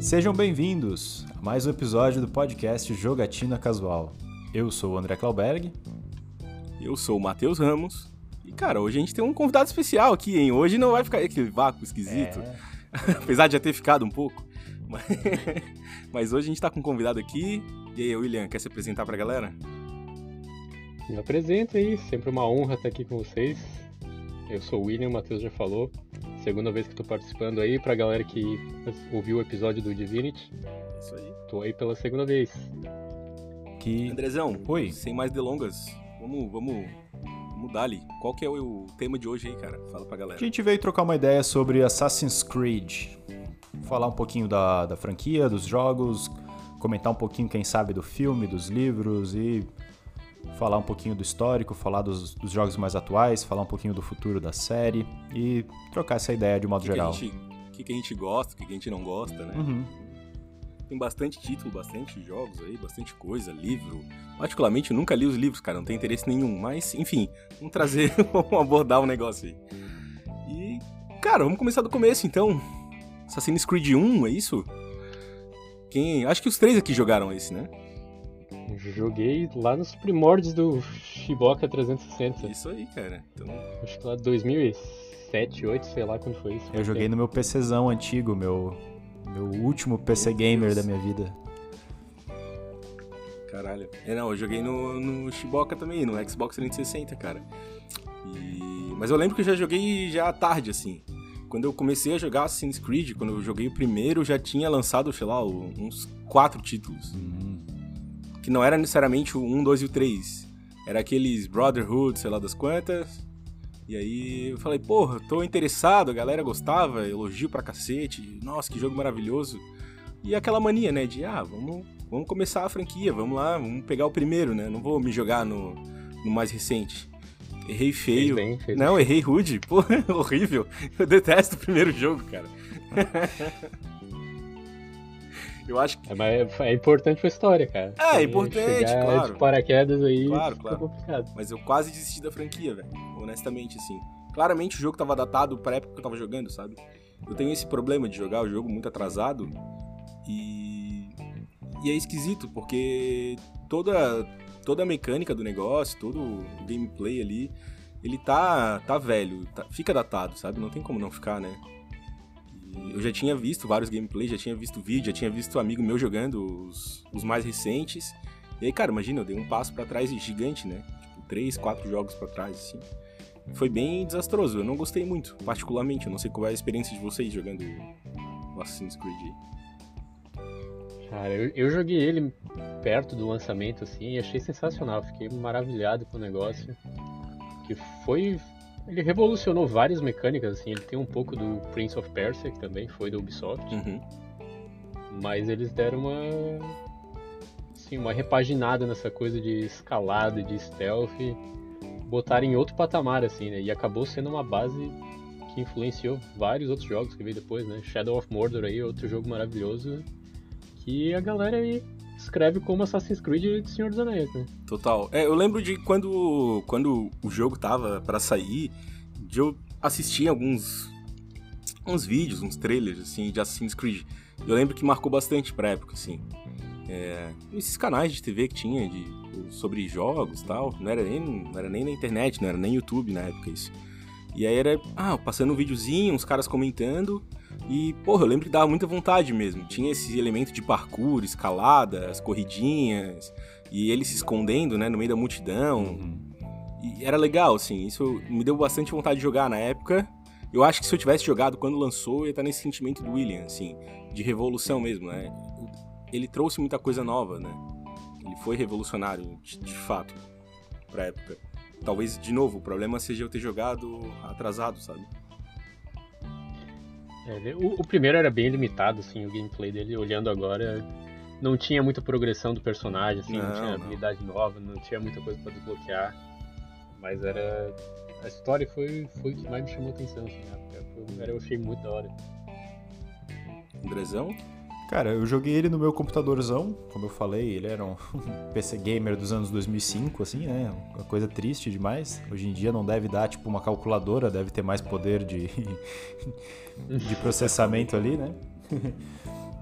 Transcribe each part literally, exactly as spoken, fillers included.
Sejam bem-vindos a mais um episódio do podcast Jogatina Casual. Eu sou o André Klauberg. Eu sou o Matheus Ramos. E, cara, hoje a gente tem um convidado especial aqui, hein? Hoje não vai ficar aquele vácuo esquisito, é. Apesar de já ter ficado um pouco. Mas... Mas hoje a gente tá com um convidado aqui. E aí, William, quer se apresentar pra galera? Me apresento aí, sempre uma honra estar aqui com vocês. Eu sou o William, o Matheus já falou. Segunda vez que tô participando aí, pra galera que ouviu o episódio do Divinity. Isso aí. Tô aí pela segunda vez. Que... Andrezão, Oi. Sem mais delongas, vamos, vamos, vamos dar ali. Qual que é o tema de hoje aí, cara? Fala pra galera. A gente veio trocar uma ideia sobre Assassin's Creed. Falar um pouquinho da, da franquia, dos jogos, comentar um pouquinho, quem sabe, do filme, dos livros e... falar um pouquinho do histórico, falar dos, dos jogos mais atuais, falar um pouquinho do futuro da série e trocar essa ideia de modo que geral. O que, que, que a gente gosta, o que, que a gente não gosta, né? Uhum. Tem bastante título, bastante jogos aí, bastante coisa, livro. Particularmente, eu nunca li os livros, cara, não tenho interesse nenhum. Mas, enfim, vamos trazer, vamos abordar o um negócio aí. E, cara, vamos começar do começo, então. Assassin's Creed um, é isso? Quem... Acho que os três aqui jogaram esse, né? Joguei lá nos primórdios do Shiboka trezentos e sessenta. Isso aí, cara. Então... Acho que lá de dois mil e sete, dois mil e oito, sei lá quando foi isso. Eu joguei no meu PCzão antigo, meu, meu último P C meu gamer Deus. Da minha vida. Caralho. É, não, eu joguei no, no Shiboka também, no Xbox trezentos e sessenta, cara. E... Mas eu lembro que eu já joguei já à tarde, assim. Quando eu comecei a jogar Assassin's Creed, quando eu joguei o primeiro, já tinha lançado, sei lá, uns quatro títulos. Uhum. Que não era necessariamente o um, dois e o três. Era aqueles Brotherhood, sei lá das quantas. E aí eu falei, porra, tô interessado, a galera gostava, elogio pra cacete. Nossa, que jogo maravilhoso. E aquela mania, né, de, ah, vamos, vamos começar a franquia, vamos lá, vamos pegar o primeiro, né? Não vou me jogar no, no mais recente. Errei feio. Fez bem, fez não, bem. Errei rude. Porra, horrível. Eu detesto o primeiro jogo, cara. Eu acho que... É, mas é importante pra história, cara. É, é importante, chegar claro. de paraquedas aí claro, fica claro. complicado. Mas eu quase desisti da franquia, velho. Honestamente, assim. Claramente o jogo tava datado pra época que eu tava jogando, sabe? Eu tenho esse problema de jogar o jogo muito atrasado e... E é esquisito, porque toda, toda a mecânica do negócio, todo o gameplay ali, ele tá, tá velho, tá... fica datado, sabe? Não tem como não ficar, né? Eu já tinha visto vários gameplays, já tinha visto vídeo, já tinha visto um amigo meu jogando os, os mais recentes. E aí, cara, imagina, eu dei um passo pra trás gigante, né? Tipo, três, quatro jogos pra trás, assim. Foi bem desastroso, eu não gostei muito, particularmente. Eu não sei qual é a experiência de vocês jogando o Assassin's Creed. Cara, eu, eu joguei ele perto do lançamento, assim, e achei sensacional. Fiquei maravilhado com o negócio. Que foi... Ele revolucionou várias mecânicas, assim, ele tem um pouco do Prince of Persia, que também foi da Ubisoft, uhum. Mas eles deram uma, assim, uma repaginada nessa coisa de escalada, de stealth, botaram em outro patamar, assim, né, e acabou sendo uma base que influenciou vários outros jogos que veio depois, né, Shadow of Mordor aí, outro jogo maravilhoso, que a galera aí escreve como Assassin's Creed de Senhor dos Anéis, né? Total. É, eu lembro de quando, quando o jogo tava pra sair, de eu assistir alguns uns vídeos, uns trailers, assim, de Assassin's Creed. Eu lembro que marcou bastante pra época, assim. É, esses canais de T V que tinha de, sobre jogos e tal, não era, nem, não era nem na internet, não era nem YouTube na época isso. E aí era, ah, passando um videozinho, uns caras comentando... E, porra, eu lembro que dava muita vontade mesmo. Tinha esse elemento de parkour, escalada, as corridinhas, e ele se escondendo, né, no meio da multidão. Uhum. E era legal, assim, isso me deu bastante vontade de jogar na época. Eu acho que se eu tivesse jogado quando lançou, eu ia estar nesse sentimento do William, assim, de revolução mesmo, né? Ele trouxe muita coisa nova, né? Ele foi revolucionário, de, de fato, pra época. Talvez, de novo, o problema seja eu ter jogado atrasado, sabe? É, o, o primeiro era bem limitado, assim, o gameplay dele, olhando agora, não tinha muita progressão do personagem, assim, não, não tinha não. habilidade nova, não tinha muita coisa pra desbloquear, mas era... a história foi, foi o que mais me chamou a atenção, assim, né? eu, eu achei muito da hora. Andrezão? Cara, eu joguei ele no meu computadorzão, como eu falei, ele era um P C gamer dos anos dois mil e cinco, assim, né, uma coisa triste demais. Hoje em dia não deve dar, tipo, uma calculadora, deve ter mais poder de, de processamento ali, né.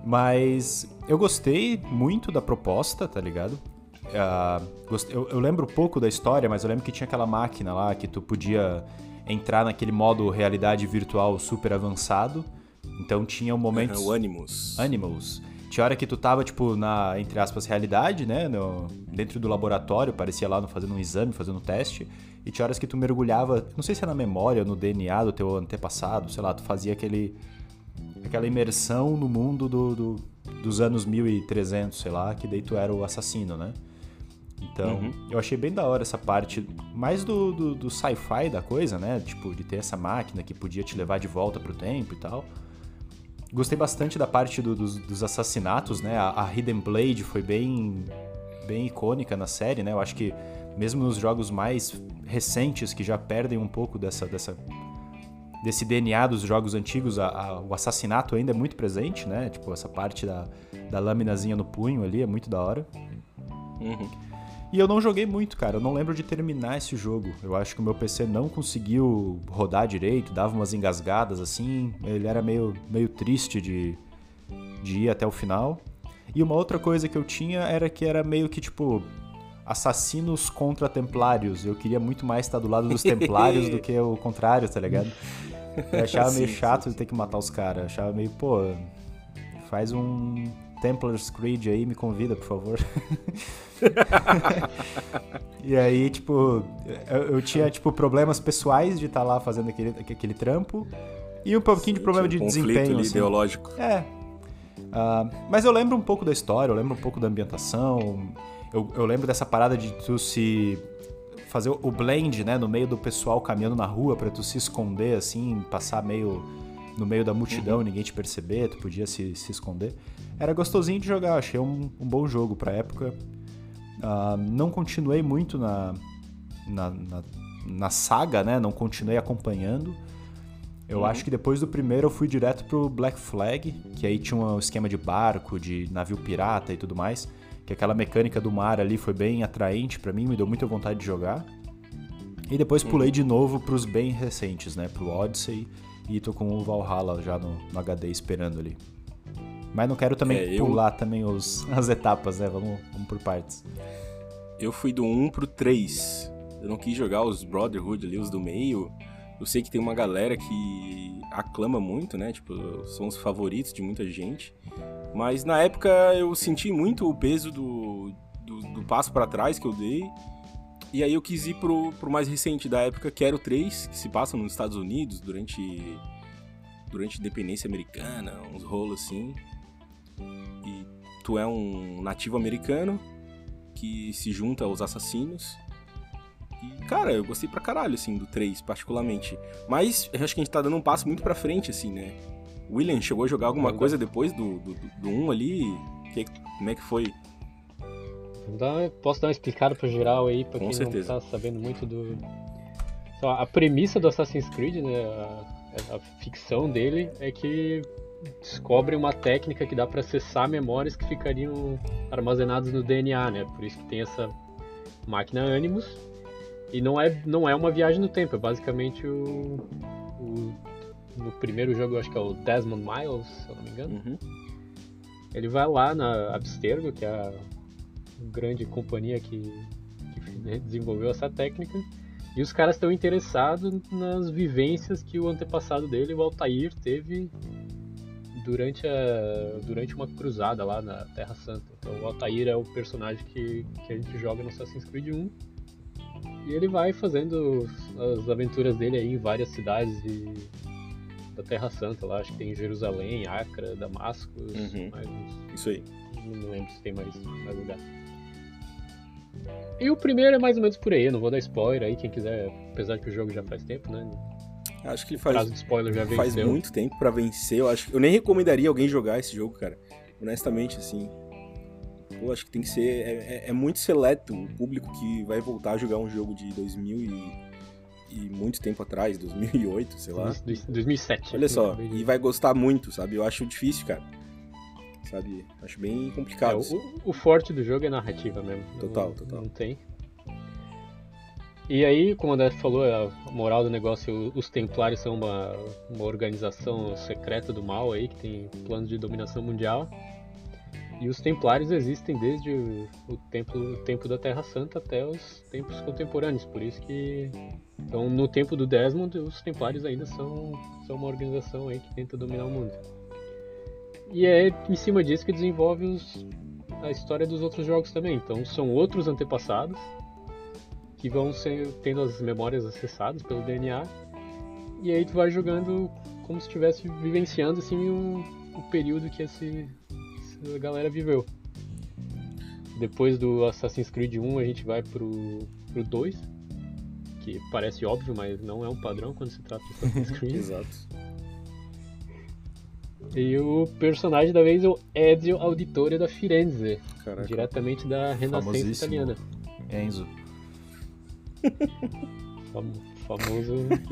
Mas eu gostei muito da proposta, tá ligado? Uh, gost... eu, eu lembro pouco da história, mas eu lembro que tinha aquela máquina lá que tu podia entrar naquele modo realidade virtual super avançado. Então tinha um momentos... Uhum, o Animus. Animus. Tinha hora que tu tava, tipo, na, entre aspas, realidade, né? No, dentro do laboratório, parecia lá no, fazendo um exame, fazendo um teste. E tinha horas que tu mergulhava, não sei se é na memória, no D N A do teu antepassado, sei lá, tu fazia aquele... aquela imersão no mundo do, do, dos anos mil e trezentos, sei lá, que daí tu era o assassino, né? Então, uhum. eu achei bem da hora essa parte, mais do, do, do sci-fi da coisa, né? Tipo, de ter essa máquina que podia te levar de volta pro tempo e tal. Gostei bastante da parte do, dos, dos assassinatos, né? A, a Hidden Blade foi bem, bem icônica na série, né? Eu acho que mesmo nos jogos mais recentes, que já perdem um pouco dessa... dessa desse D N A dos jogos antigos, a, a, o assassinato ainda é muito presente, né? Tipo, essa parte da, da laminazinha no punho ali é muito da hora. Uhum. E eu não joguei muito, cara. Eu não lembro de terminar esse jogo. Eu acho que o meu P C não conseguiu rodar direito, dava umas engasgadas assim. Ele era meio, meio triste de, de ir até o final. E uma outra coisa que eu tinha era que era meio que, tipo, assassinos contra templários. Eu queria muito mais estar do lado dos templários do que o contrário, tá ligado? Eu achava meio sim, chato sim, de ter que matar os caras. Eu achava meio, pô, faz um Templar's Creed aí, me convida, por favor. E aí, tipo, eu, eu tinha, tipo, problemas pessoais de estar lá fazendo aquele, aquele trampo e um pouquinho sim, de problema de um desempenho. Ali, assim. ideológico. É. Uh, mas eu lembro um pouco da história, eu lembro um pouco da ambientação. Eu, eu lembro dessa parada de tu se... fazer o blend, né, no meio do pessoal caminhando na rua pra tu se esconder, assim, passar meio no meio da multidão, uhum. ninguém te perceber, tu podia se, se esconder. Era gostosinho de jogar, achei um, um bom jogo pra época. Uh, não continuei muito na, na, na, na saga, né, não continuei acompanhando. Eu uhum. acho que depois do primeiro eu fui direto pro Black Flag, que aí tinha um esquema de barco, de navio pirata e tudo mais. Que aquela mecânica do mar ali foi bem atraente pra mim, me deu muita vontade de jogar. E depois pulei de novo pros bem recentes, né? Pro Odyssey, e tô com o Valhalla já no, no H D esperando ali. Mas não quero também é, pular eu... também os, as etapas, né? Vamos, vamos por partes. Eu fui do um pro três. Eu não quis jogar os Brotherhood ali, os do meio. Eu sei que tem uma galera que aclama muito, né? Tipo, são os favoritos de muita gente. Mas na época eu senti muito o peso do, do, do passo pra trás que eu dei. E aí eu quis ir pro, pro mais recente da época, que era o três, que se passa nos Estados Unidos durante, durante a independência americana, uns rolos assim. E tu é um nativo americano que se junta aos assassinos. E, cara, eu gostei pra caralho, assim, do três, particularmente. Mas eu acho que a gente tá dando um passo muito pra frente, assim, né? William, chegou a jogar alguma coisa depois do, do, do um ali? Que, como é que foi? Dar, posso dar uma explicada pra geral aí, pra Com quem certeza. não tá sabendo muito do... Então, a premissa do Assassin's Creed, né, a, a ficção dele, é que descobre uma técnica que dá pra acessar memórias que ficariam armazenadas no D N A, né? Por isso que tem essa máquina Animus. E não é, não é uma viagem no tempo, é basicamente o... o no primeiro jogo, eu acho que é o Desmond Miles, se eu não me engano. Uhum. Ele vai lá na Abstergo, que é a grande companhia que, que desenvolveu essa técnica, e os caras estão interessados nas vivências que o antepassado dele, o Altair, teve durante, a, durante uma cruzada lá na Terra Santa. Então o Altair é o personagem que, que a gente joga no Assassin's Creed um, e ele vai fazendo as aventuras dele aí em várias cidades de da Terra Santa lá, acho que tem Jerusalém, Acre, Damasco, uhum. mais uns... Isso aí. Não lembro se tem mais, mais lugar. E o primeiro é mais ou menos por aí, eu não vou dar spoiler aí, quem quiser, apesar que o jogo já faz tempo, né? Acho que ele faz, prazo de spoiler já faz muito tempo pra vencer, eu acho eu nem recomendaria alguém jogar esse jogo, cara. Honestamente, assim. Eu acho que tem que ser... É, é, é muito seleto o público que vai voltar a jogar um jogo de dois mil e... e muito tempo atrás, dois mil e oito, sei lá. dois mil e sete. Olha só, e vai gostar muito, sabe? Eu acho difícil, cara. Sabe? Acho bem complicado. É, o, o forte do jogo é narrativa mesmo. Total, não, total. Não tem. E aí, como o André falou, a moral do negócio, os Templários são uma, uma organização secreta do mal aí, que tem planos de dominação mundial. E os Templários existem desde o, o, tempo, o tempo da Terra Santa até os tempos contemporâneos. Por isso que, então, no tempo do Desmond, os Templários ainda são, são uma organização aí que tenta dominar o mundo. E é em cima disso que desenvolve os, a história dos outros jogos também. Então, são outros antepassados que vão ser, tendo as memórias acessadas pelo D N A, e aí tu vai jogando como se estivesse vivenciando assim o, o período que esse, essa galera viveu. Depois do Assassin's Creed um a gente vai pro, pro dois, que parece óbvio, mas não é um padrão quando se trata de Assassin's Creed. Exato. E o personagem da vez é o Ezio Auditore da Firenze, Caraca. diretamente da Renascença Famosíssimo. italiana. Enzo. Fam- famoso.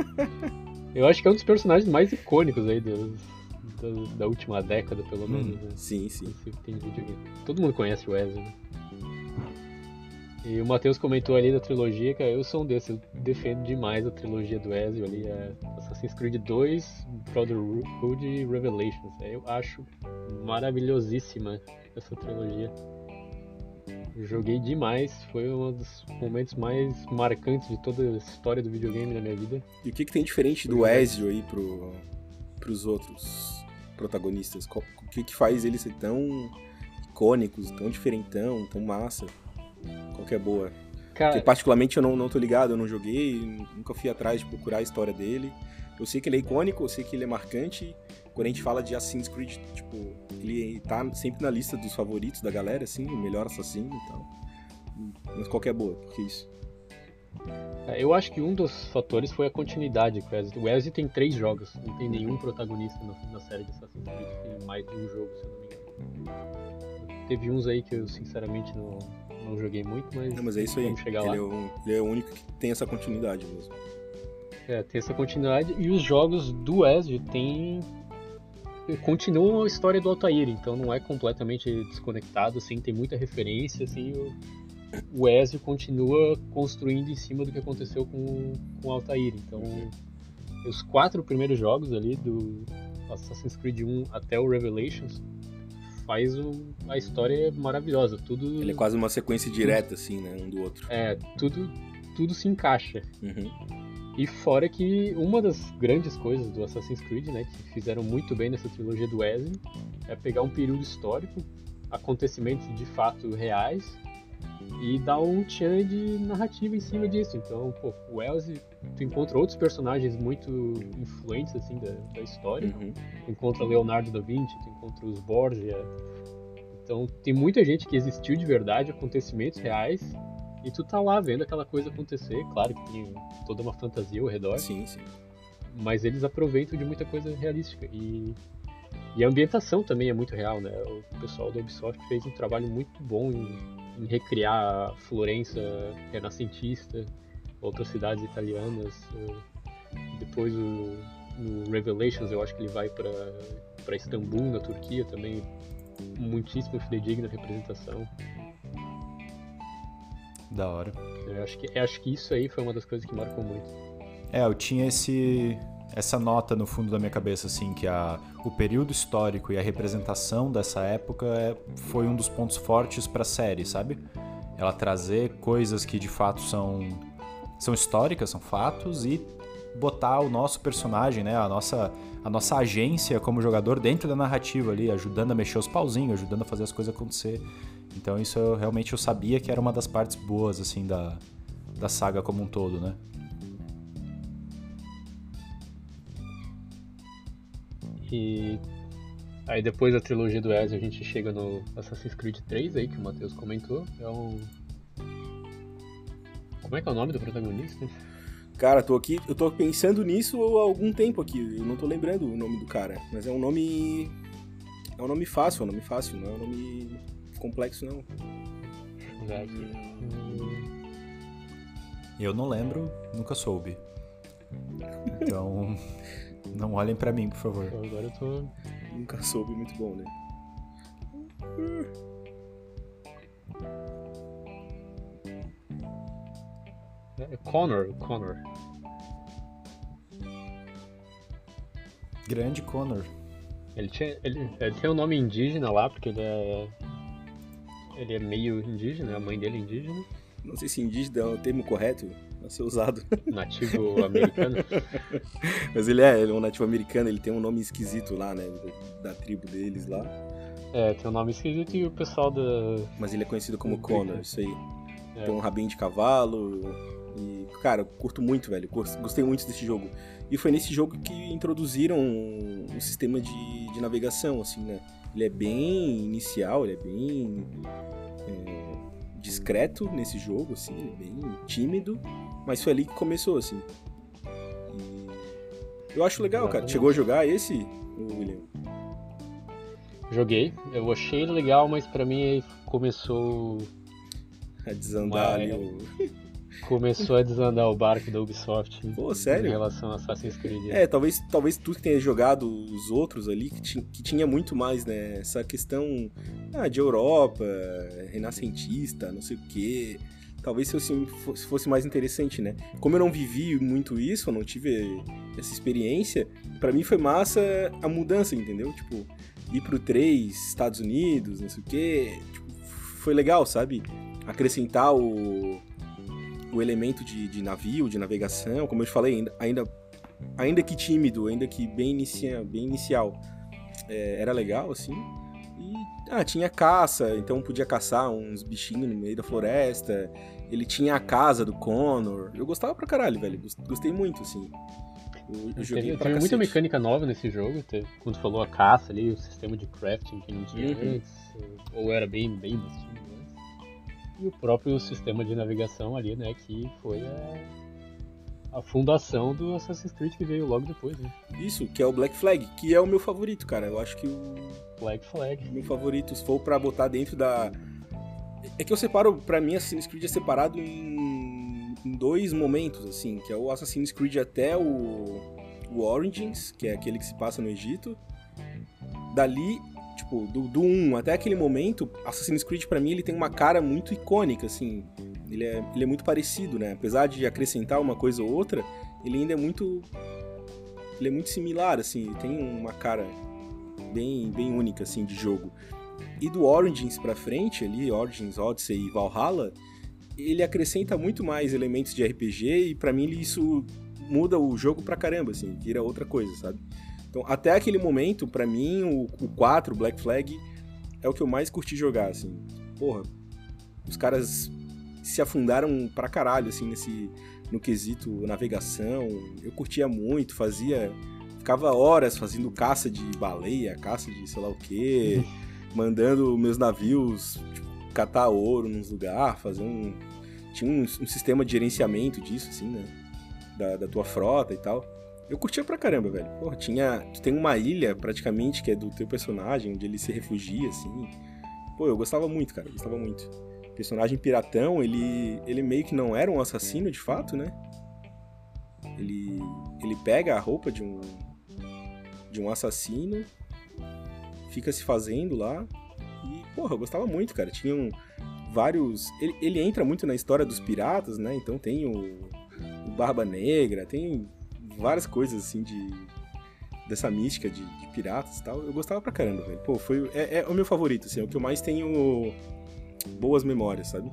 Eu acho que é um dos personagens mais icônicos aí dos, da, da última década, pelo menos. Né? Sim, sim. Esse tem videogame. Todo mundo conhece o Ezio, né? E o Matheus comentou ali da trilogia, cara, eu sou um desses, eu defendo demais a trilogia do Ezio ali, é Assassin's Creed dois, Brotherhood e Revelations. Eu acho maravilhosíssima essa trilogia. Joguei demais, foi um dos momentos mais marcantes de toda a história do videogame na minha vida. E o que, que tem diferente do Ezio aí pro, pros outros protagonistas? Qual- O que, que faz eles ser tão icônicos, tão diferentão, tão massa? Qual que é boa? Porque Cara, particularmente eu não, não tô ligado, eu não joguei, nunca fui atrás de procurar a história dele. Eu sei que ele é icônico, eu sei que ele é marcante. Quando a gente fala de Assassin's Creed, tipo, ele tá sempre na lista dos favoritos da galera, assim, o melhor assassino e tal. Mas qual que é boa? Por que isso? eu acho que um dos fatores foi a continuidade com o Ezio. O Ezio tem três jogos, não tem nenhum protagonista na, na série de Assassin's Creed, tem mais de um jogo, se eu não me engano. Teve uns aí que eu sinceramente não, não joguei muito, mas, Não, mas é isso aí. vamos chegar Ele lá. é, o, ele é o único que tem essa continuidade mesmo. É, tem essa continuidade, e os jogos do Ezio tem... continuam a história do Altair, então não é completamente desconectado, assim, tem muita referência, assim, o, o Ezio continua construindo em cima do que aconteceu com, com o Altair, então os quatro primeiros jogos ali, do Assassin's Creed um até o Revelations, faz o, a história maravilhosa, tudo... Ele é quase uma sequência direta, assim, né? Um do outro. É, tudo, tudo se encaixa. Uhum. E fora que uma das grandes coisas do Assassin's Creed, né, que fizeram muito bem nessa trilogia do Ezio, é pegar um período histórico, acontecimentos de fato reais, e dar um tchan de narrativa em cima disso. Então, pô, o Ezio, tu encontra outros personagens muito influentes, assim, da, da história. Uhum. Tu encontra Leonardo da Vinci, tu encontra os Borgia. Então, tem muita gente que existiu de verdade, acontecimentos reais, e tu tá lá vendo aquela coisa acontecer. Claro que tem toda uma fantasia ao redor, Sim, sim. mas eles aproveitam de muita coisa realística. E, e a ambientação também é muito real, né? O pessoal da Ubisoft fez um trabalho muito bom em, em recriar a Florença renascentista, outras cidades italianas. Depois o, no Revelations eu acho que ele vai para para Istambul, na Turquia, também muitíssimo fidedigna a representação. Da hora. Eu acho que, eu acho que isso aí foi uma das coisas que marcou muito. É, eu tinha esse, essa nota no fundo da minha cabeça, assim, que a, o período histórico e a representação dessa época é, foi um dos pontos fortes pra série, sabe? Ela trazer coisas que de fato são, são históricas, são fatos, e botar o nosso personagem, né, a nossa, a nossa agência como jogador dentro da narrativa ali, ajudando a mexer os pauzinhos, ajudando a fazer as coisas acontecer. Então isso eu, realmente eu sabia que era uma das partes boas, assim, da, da saga como um todo, né? E aí depois da trilogia do Ezio a gente chega no Assassin's Creed três aí, que o Matheus comentou. É um... Como é que é o nome do protagonista? Cara, tô aqui, eu tô pensando nisso há algum tempo aqui. Eu não tô lembrando o nome do cara, mas é um nome... É um nome fácil, é um nome fácil, não é um nome complexo, não. Deixa eu olhar aqui. Hum, Eu não lembro, nunca soube. Então, não olhem pra mim, por favor. Agora eu tô... Nunca soube, muito bom, né? É Connor, Connor. Grande Connor. Ele, tinha, ele, ele tem um nome indígena lá, porque ele é. Ele é meio indígena, a mãe dele é indígena. Não sei se indígena é o termo correto a ser usado. Nativo americano. Mas ele é, ele é um nativo americano, ele tem um nome esquisito lá, né? Da, da tribo deles lá. É, tem um nome esquisito e o pessoal da. Mas ele é conhecido como Connor, isso aí. É. Tem um rabinho de cavalo. E, cara, eu curto muito, velho. Gostei muito desse jogo. E foi nesse jogo que introduziram um, um sistema de, de navegação, assim, né? Ele é bem inicial, ele é bem é, discreto nesse jogo, assim, ele é bem tímido, mas foi ali que começou, assim. E eu acho legal, Exatamente. cara. Chegou a jogar esse, William? Joguei, eu achei legal, mas pra mim aí começou. A desandar Uma- ali o... Começou a desandar o barco da Ubisoft. Pô, sério? Em relação a Assassin's Creed. É, talvez, talvez tu que tenha jogado os outros ali, que, ti- que tinha muito mais, né, essa questão ah, de Europa, renascentista, não sei o quê. Talvez fosse, fosse, fosse mais interessante, né? Como eu não vivi muito isso, eu não tive essa experiência, pra mim foi massa a mudança, entendeu? Tipo, ir pro três, Estados Unidos, não sei o quê. Tipo, foi legal, sabe? Acrescentar o... o elemento de, de navio, de navegação, como eu te falei, ainda, ainda, ainda que tímido, ainda que bem, inicia, bem inicial, é, era legal, assim. E ah, tinha caça, então podia caçar uns bichinhos no meio da floresta. Ele tinha a casa do Connor. Eu gostava pra caralho, velho. Gostei muito, assim. Eu, eu joguei Teve, pra teve muita cacete. mecânica nova nesse jogo. Teve, quando tu falou a caça ali, o sistema de crafting que não tinha Uhum. antes, ou era bem, bem distinto antes. E o próprio sistema de navegação ali, né, que foi a, a fundação do Assassin's Creed que veio logo depois, né? Isso, que é o Black Flag, que é o meu favorito, cara. Eu acho que o Black Flag. meu favorito, se for pra botar dentro da... É que eu separo, pra mim, Assassin's Creed é separado em, em dois momentos, assim, que é o Assassin's Creed até o, o Origins, que é aquele que se passa no Egito. Dali, tipo, do, do um até aquele momento, Assassin's Creed, pra mim, ele tem uma cara muito icônica, assim. Ele é, ele é muito parecido, né? Apesar de acrescentar uma coisa ou outra, ele ainda é muito... Ele é muito similar, assim, ele tem uma cara bem, bem única, assim, de jogo. E do Origins pra frente, ali, Origins, Odyssey e Valhalla, ele acrescenta muito mais elementos de R P G e pra mim isso muda o jogo pra caramba, assim, vira outra coisa, sabe? Então, até aquele momento, pra mim, o, o quatro, o Black Flag, é o que eu mais curti jogar, assim. Porra, os caras se afundaram pra caralho, assim, nesse, no quesito navegação. Eu curtia muito, fazia... Ficava horas fazendo caça de baleia, caça de sei lá o quê, mandando meus navios, tipo, catar ouro nos lugares, fazer um... Tinha um, um sistema de gerenciamento disso, assim, né? Da, da tua frota e tal. Eu curtia pra caramba, velho. Porra, tinha... Tu tem uma ilha, praticamente, que é do teu personagem, onde ele se refugia, assim. Pô, eu gostava muito, cara. Eu gostava muito. O personagem piratão, ele... Ele meio que não era um assassino, de fato, né? Ele... Ele pega a roupa de um... De um assassino. Fica se fazendo lá. E, porra, eu gostava muito, cara. Tinham vários... Ele, ele entra muito na história dos piratas, né? Então tem o... o Barba Negra, tem várias coisas, assim, de... Dessa mística de, de piratas e tal. Eu gostava pra caramba, velho. Pô, foi... É, é o meu favorito, assim. É o que eu mais tenho boas memórias, sabe?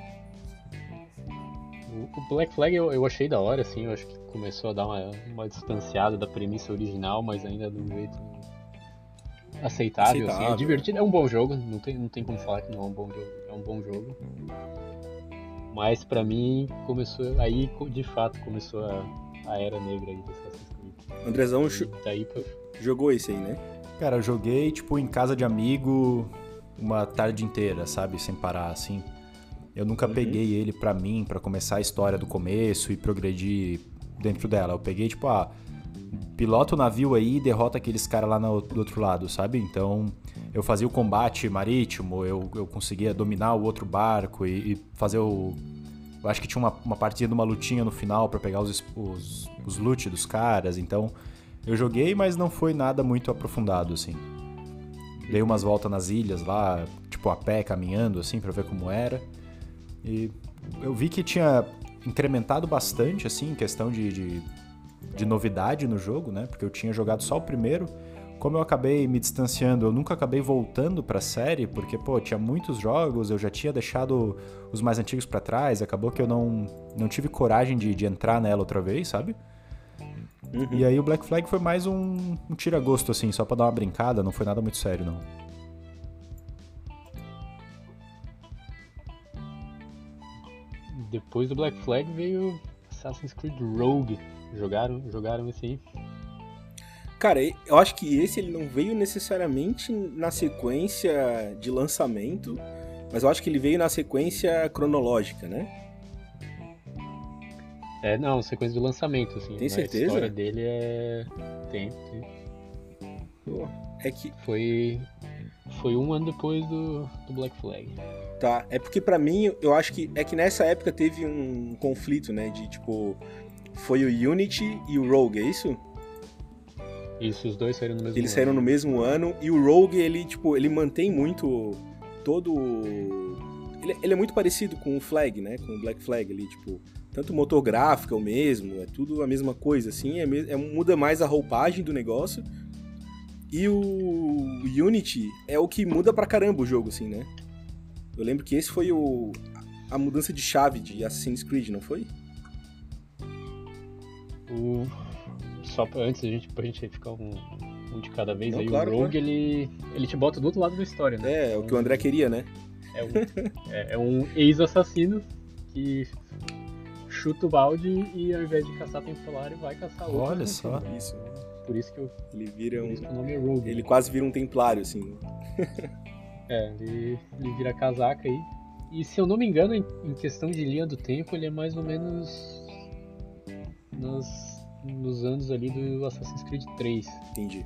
O Black Flag eu, eu achei da hora, assim, eu acho que começou a dar uma, uma distanciada da premissa original, mas ainda de um jeito aceitável, Aceitável. assim, é divertido, é um bom jogo, não tem, não tem como falar que não é um bom jogo, é um bom jogo. Mas pra mim, começou, aí de fato começou a, a era negra aí do Assassin's Creed. Andrezão E daí pra... jogou esse aí, né? Cara, eu joguei, tipo, em casa de amigo uma tarde inteira, sabe? Sem parar, assim. Eu nunca Uhum. peguei ele pra mim, pra começar a história do começo e progredir dentro dela. Eu peguei, tipo, ah, pilota o navio aí e derrota aqueles caras lá no, do outro lado, sabe? Então, eu fazia o combate marítimo, eu, eu conseguia dominar o outro barco e, e fazer o... Eu acho que tinha uma, uma partida de uma lutinha no final pra pegar os, os, os loot dos caras, então... Eu joguei, mas não foi nada muito aprofundado, assim. Dei umas voltas nas ilhas lá, tipo a pé, caminhando, assim, pra ver como era. E eu vi que tinha incrementado bastante, assim, em questão de, de, de novidade no jogo, né? Porque eu tinha jogado só o primeiro. Como eu acabei me distanciando, eu nunca acabei voltando pra série, porque, pô, tinha muitos jogos, eu já tinha deixado os mais antigos pra trás, acabou que eu não, não tive coragem de, de entrar nela outra vez, sabe? Uhum. E aí o Black Flag foi mais um, um tira-gosto, assim, só pra dar uma brincada, não foi nada muito sério, não. Depois do Black Flag veio Assassin's Creed Rogue. Jogaram, jogaram esse aí? Cara, eu acho que esse ele não veio necessariamente na sequência de lançamento, mas eu acho que ele veio na sequência cronológica, né? É, não, sequência de lançamento, assim. Tem certeza? A história dele é... Tem, tem. Pô, é que... Foi... Foi um ano depois do, do Black Flag. Tá, é porque pra mim, eu acho que... É que nessa época teve um conflito, né? De, tipo... Foi o Unity e o Rogue, é isso? Isso, os dois saíram no mesmo Eles ano. saíram no mesmo ano. E o Rogue, ele, tipo... Ele mantém muito... Todo... Ele, ele é muito parecido com o Flag, né? Com o Black Flag ali, tipo... Tanto o motor gráfico é o mesmo, é tudo a mesma coisa, assim, é, é, muda mais a roupagem do negócio. E o Unity é o que muda pra caramba o jogo, assim, né? Eu lembro que esse foi o, a mudança de chave de Assassin's Creed, não foi? O... Só pra, antes, a gente, pra gente ficar um, um de cada vez, não, aí claro, o Rogue, claro. ele, ele te bota do outro lado da história, né? É, é o que o André queria, né? É um, é, é um ex-assassino que... chuta o balde e ao invés de caçar templário vai caçar outro. Olha só. Isso. Por isso que, eu, ele vira por um... isso que o nome é Rogue. Ele né? quase vira um templário, assim. É, ele, ele vira casaca aí. E se eu não me engano, em, em questão de linha do tempo, ele é mais ou menos nos, nos anos ali do Assassin's Creed três. Entendi.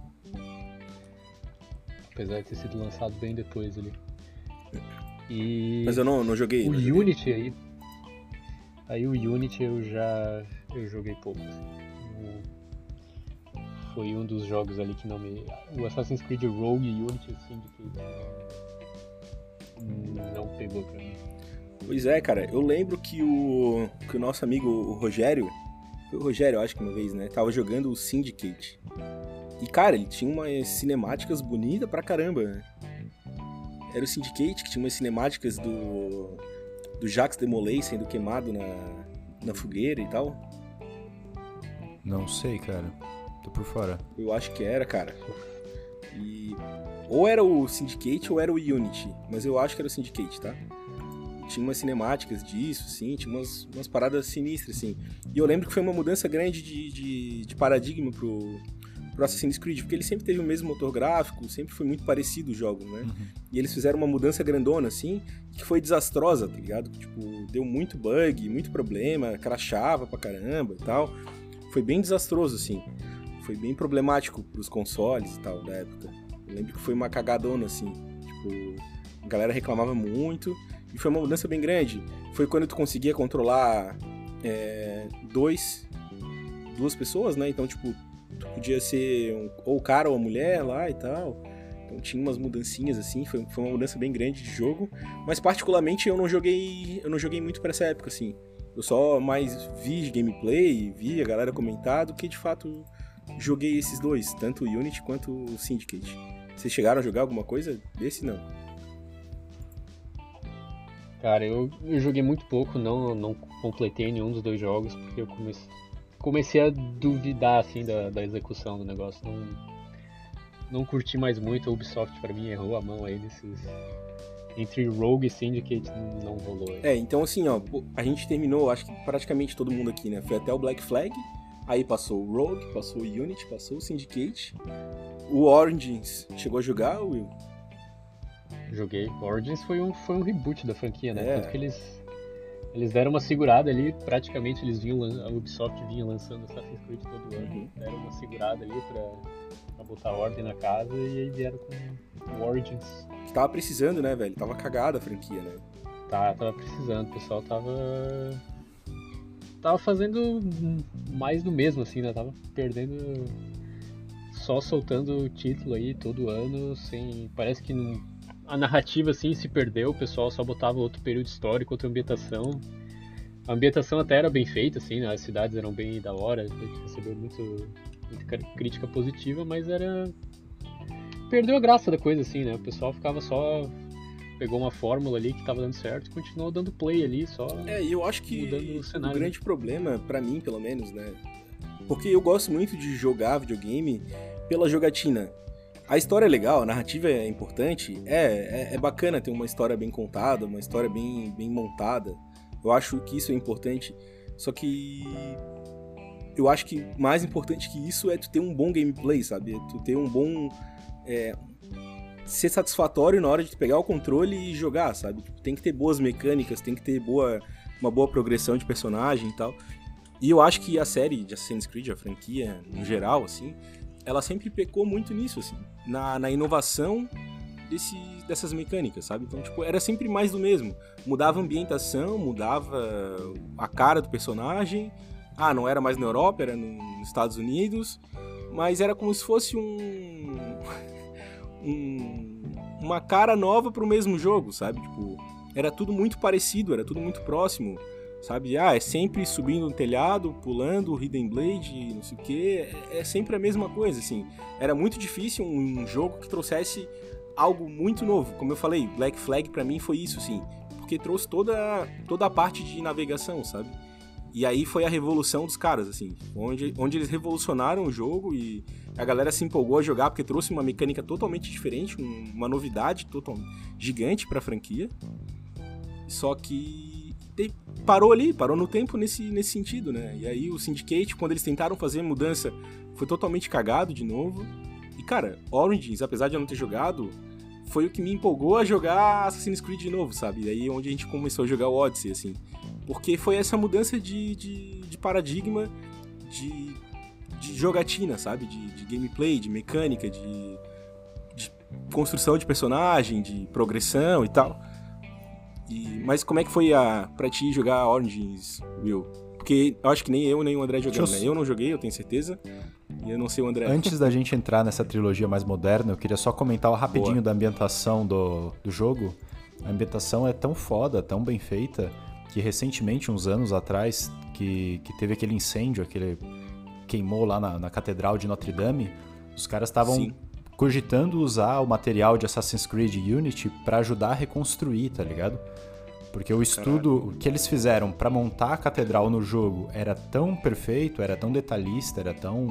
Apesar de ter sido lançado bem depois ali. E Mas eu não, não joguei. o não joguei. Unity aí. Aí o Unity eu já eu joguei pouco. Assim. Foi um dos jogos ali que não me... O Assassin's Creed Rogue e Unity Syndicate não pegou pra mim. Pois é, cara. Eu lembro que o, que o nosso amigo o Rogério... Foi o Rogério, eu acho que uma vez, né? Tava jogando o Syndicate. E, cara, ele tinha umas cinemáticas bonitas pra caramba, né? Era o Syndicate que tinha umas cinemáticas do... do Jacques de Molay sendo queimado na, na fogueira e tal. Não sei, cara. Tô por fora. Eu acho que era, cara. E... Ou era o Syndicate ou era o Unity. Mas eu acho que era o Syndicate, tá? Tinha umas cinemáticas disso, sim. Tinha umas, umas paradas sinistras, assim. E eu lembro que foi uma mudança grande de, de, de paradigma pro, pro Assassin's Creed. Porque ele sempre teve o mesmo motor gráfico. Sempre foi muito parecido os jogos, né? Uhum. E eles fizeram uma mudança grandona, assim, que foi desastrosa, tá ligado? Tipo, deu muito bug, muito problema, crashava pra caramba e tal. Foi bem desastroso, assim. Foi bem problemático pros consoles e tal da época. Eu lembro que foi uma cagadona, assim. Tipo, a galera reclamava muito. E foi uma mudança bem grande. Foi quando tu conseguia controlar é, dois, duas pessoas, né? Então, tipo, tu podia ser um, ou o cara ou a mulher lá e tal. Então tinha umas mudancinhas assim, foi, foi uma mudança bem grande de jogo, mas particularmente eu não joguei, eu não joguei muito pra essa época, assim. Eu só mais vi gameplay, vi a galera comentar do que de fato joguei esses dois, tanto o Unity quanto o Syndicate. Vocês chegaram a jogar alguma coisa desse? Não. Cara, eu, eu joguei muito pouco, não, não completei nenhum dos dois jogos, porque eu comecei, comecei a duvidar, assim, da, da execução do negócio. Não, não curti mais muito, a Ubisoft pra mim errou a mão aí nesses... Entre Rogue e Syndicate não rolou. Aí. É, então assim, ó, a gente terminou, acho que praticamente todo mundo aqui, né? Foi até o Black Flag, aí passou o Rogue, passou o Unity, passou o Syndicate. O Origins chegou a jogar, Will? Joguei. O Origins foi um, foi um reboot da franquia, né? É. Tanto que eles, eles deram uma segurada ali, praticamente eles vinham, a Ubisoft vinha lançando Assassin's Creed todo ano. Uhum. Deram uma segurada ali pra, pra botar ordem na casa e aí vieram com o Origins. Tava precisando, né, velho? Tava cagada a franquia, né? Tá, tava precisando, o pessoal tava... Tava fazendo mais do mesmo, assim, né? Tava perdendo... Só soltando o título aí todo ano, sem... Parece que não... a narrativa, assim, se perdeu, o pessoal só botava outro período histórico, outra ambientação. A ambientação até era bem feita, assim, né? As cidades eram bem da hora, a gente recebeu muito, muita crítica positiva, mas era... Perdeu a graça da coisa, assim, né? O pessoal ficava só... Pegou uma fórmula ali que tava dando certo e continuou dando play ali, só... É, e eu acho que mudando o cenário. O grande problema, pra mim, pelo menos, né? Porque eu gosto muito de jogar videogame pela jogatina. A história é legal, a narrativa é importante, é, é, é bacana ter uma história bem contada, uma história bem, bem montada. Eu acho que isso é importante, só que eu acho que mais importante que isso é tu ter um bom gameplay, sabe? É tu ter um bom... É, ser satisfatório na hora de tu pegar o controle e jogar, sabe? Tem que ter boas mecânicas, tem que ter boa, uma boa progressão de personagem e tal. E eu acho que a série de Assassin's Creed, a franquia no geral, assim, ela sempre pecou muito nisso, assim, na, na inovação desse, dessas mecânicas, sabe? Então, tipo, era sempre mais do mesmo. Mudava a ambientação, mudava a cara do personagem. Ah, não era mais na Europa, era nos Estados Unidos. Mas era como se fosse um... um uma cara nova pro mesmo jogo, sabe? Tipo, era tudo muito parecido, era tudo muito próximo. Sabe? Ah, é sempre subindo no telhado, pulando, Hidden Blade, não sei o que. É sempre a mesma coisa, assim. Era muito difícil um jogo que trouxesse algo muito novo. Como eu falei, Black Flag pra mim foi isso, assim. Porque trouxe toda, toda a parte de navegação, sabe? E aí foi a revolução dos caras, assim. Onde, onde eles revolucionaram o jogo e a galera se empolgou a jogar porque trouxe uma mecânica totalmente diferente, uma novidade total, gigante pra franquia. Só que... parou ali, parou no tempo nesse, nesse sentido, né? E aí o Syndicate, quando eles tentaram fazer mudança, foi totalmente cagado de novo. E, cara, Origins, apesar de eu não ter jogado, foi o que me empolgou a jogar Assassin's Creed de novo, sabe? E aí é onde a gente começou a jogar o Odyssey, assim. Porque foi essa mudança de, de, de paradigma, de, de jogatina, sabe? De, de gameplay, de mecânica, de, de construção de personagem, de progressão e tal. E, mas como é que foi a, pra ti jogar Origins, Will? Porque eu acho que nem eu nem o André jogamos, eu... né? Eu não joguei, eu tenho certeza. E eu não sei o André. Antes da gente entrar nessa trilogia mais moderna, eu queria só comentar rapidinho Boa. da ambientação do, do jogo. A ambientação é tão foda, tão bem feita, que recentemente, uns anos atrás, que, que teve aquele incêndio, aquele queimou lá na, na Catedral de Notre Dame, os caras estavam... cogitando usar o material de Assassin's Creed Unity pra ajudar a reconstruir, tá ligado? Porque o estudo Caralho. que eles fizeram pra montar a catedral no jogo era tão perfeito, era tão detalhista, era tão...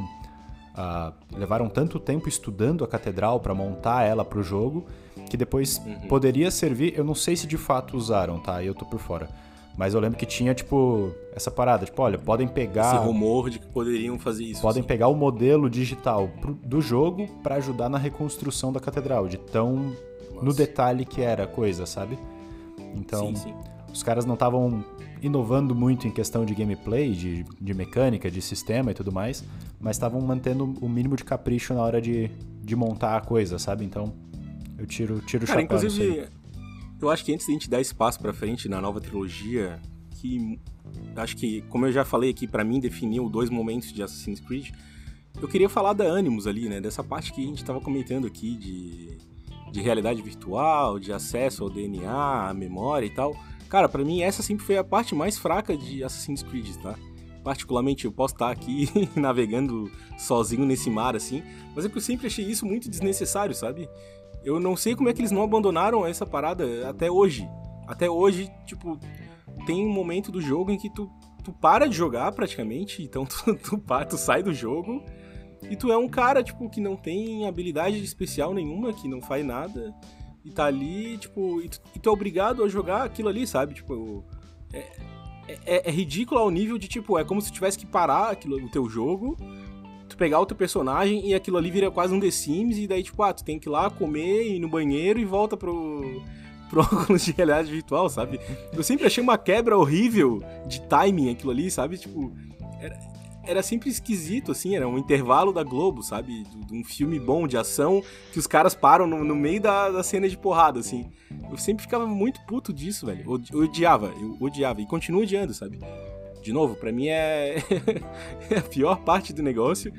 Uh, levaram tanto tempo estudando a catedral pra montar ela pro jogo, que depois uhum. poderia servir... Eu não sei se de fato usaram, tá? Eu tô por fora. Mas eu lembro que tinha, tipo, essa parada. Tipo, olha, podem pegar... Esse rumor de que poderiam fazer isso. Podem sim. pegar o modelo digital pro, do jogo pra ajudar na reconstrução da catedral. De tão Nossa. no detalhe que era a coisa, sabe? Então, sim, sim. os caras não estavam inovando muito em questão de gameplay, de, de mecânica, de sistema e tudo mais. Mas estavam mantendo o mínimo de capricho na hora de, de montar a coisa, sabe? Então, eu tiro, tiro o Cara, chapéu. Inclusive... Eu acho que antes de a gente dar espaço pra frente na nova trilogia, que acho que, como eu já falei aqui, pra mim definiu dois momentos de Assassin's Creed, eu queria falar da Animus ali, né? Dessa parte que a gente tava comentando aqui de, de realidade virtual, de acesso ao D N A, à memória e tal. Cara, pra mim essa sempre foi a parte mais fraca de Assassin's Creed, tá? Particularmente eu posso estar aqui navegando sozinho nesse mar, assim, mas é que eu sempre achei isso muito desnecessário, sabe? Eu não sei como é que eles não abandonaram essa parada até hoje. Até hoje, tipo, tem um momento do jogo em que tu, tu para de jogar praticamente, então tu, tu, tu sai do jogo e tu é um cara, tipo, que não tem habilidade especial nenhuma, que não faz nada e tá ali, tipo, e tu, e tu é obrigado a jogar aquilo ali, sabe? Tipo, é, é, é ridículo ao nível de, tipo, é como se tu tivesse que parar aquilo, o teu jogo... tu pegar o teu personagem e aquilo ali vira quase um The Sims e daí, tipo, ah, tu tem que ir lá comer, ir no banheiro e volta pro, pro óculos de realidade virtual, sabe? Eu sempre achei uma quebra horrível de timing aquilo ali, sabe? Tipo, era, era sempre esquisito, assim, era um intervalo da Globo, sabe? De, de um filme bom, de ação, que os caras param no, no meio da, da cena de porrada, assim. Eu sempre ficava muito puto disso, velho. Eu, eu odiava, eu odiava e continuo odiando, sabe? De novo, pra mim é... é a pior parte do negócio.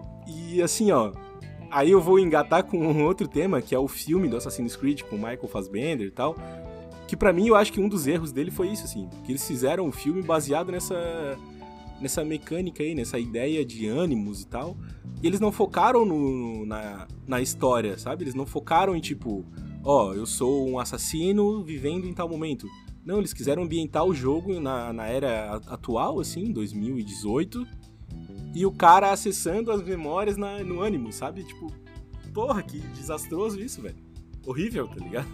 E assim, ó, aí eu vou engatar com um outro tema, que é o filme do Assassin's Creed, com o Michael Fassbender e tal. que pra mim eu acho que um dos erros dele foi isso, assim, que eles fizeram um filme baseado nessa, nessa mecânica aí, nessa ideia de ânimos e tal, e eles não focaram no, na, na história, sabe? Eles não focaram em tipo, ó, oh, eu sou um assassino vivendo em tal momento. Não, eles quiseram ambientar o jogo na, na era atual, assim, dois mil e dezoito, e o cara acessando as memórias na, no ânimo, sabe? Tipo, porra, que desastroso isso, velho. Horrível, tá ligado?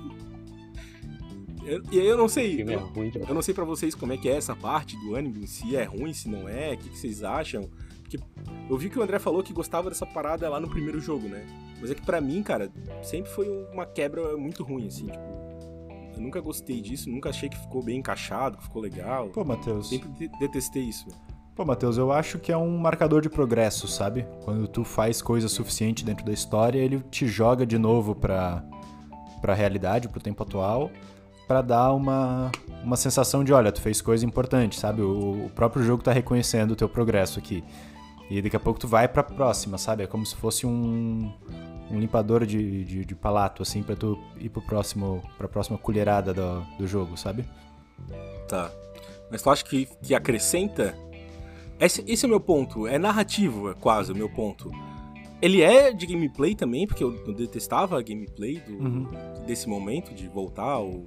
E aí eu não sei, é ruim, eu não sei pra vocês como é que é essa parte do ânime, se é ruim, se não é, o que, que vocês acham. Porque eu vi que o André falou que gostava dessa parada lá no primeiro jogo, né? Mas é que pra mim, cara, sempre foi uma quebra muito ruim, assim, tipo... Eu nunca gostei disso, nunca achei que ficou bem encaixado, que ficou legal. Pô, Matheus... Sempre de- detestei isso. Pô, Matheus, eu acho que é um marcador de progresso, sabe? Quando tu faz coisa suficiente dentro da história, ele te joga de novo pra, pra realidade, pro tempo atual, pra dar uma, uma sensação de, olha, tu fez coisa importante, sabe? O, o próprio jogo tá reconhecendo o teu progresso aqui. E daqui a pouco tu vai pra próxima, sabe? É como se fosse um, um limpador de, de, de palato, assim, pra tu ir pro próximo, pra próxima colherada do, do jogo, sabe? Tá. Mas tu acha que, que acrescenta? Esse, esse é o meu ponto. É narrativo, é quase o meu ponto. Ele é de gameplay também, porque eu, eu detestava a gameplay do, Uhum. desse momento, de voltar ao,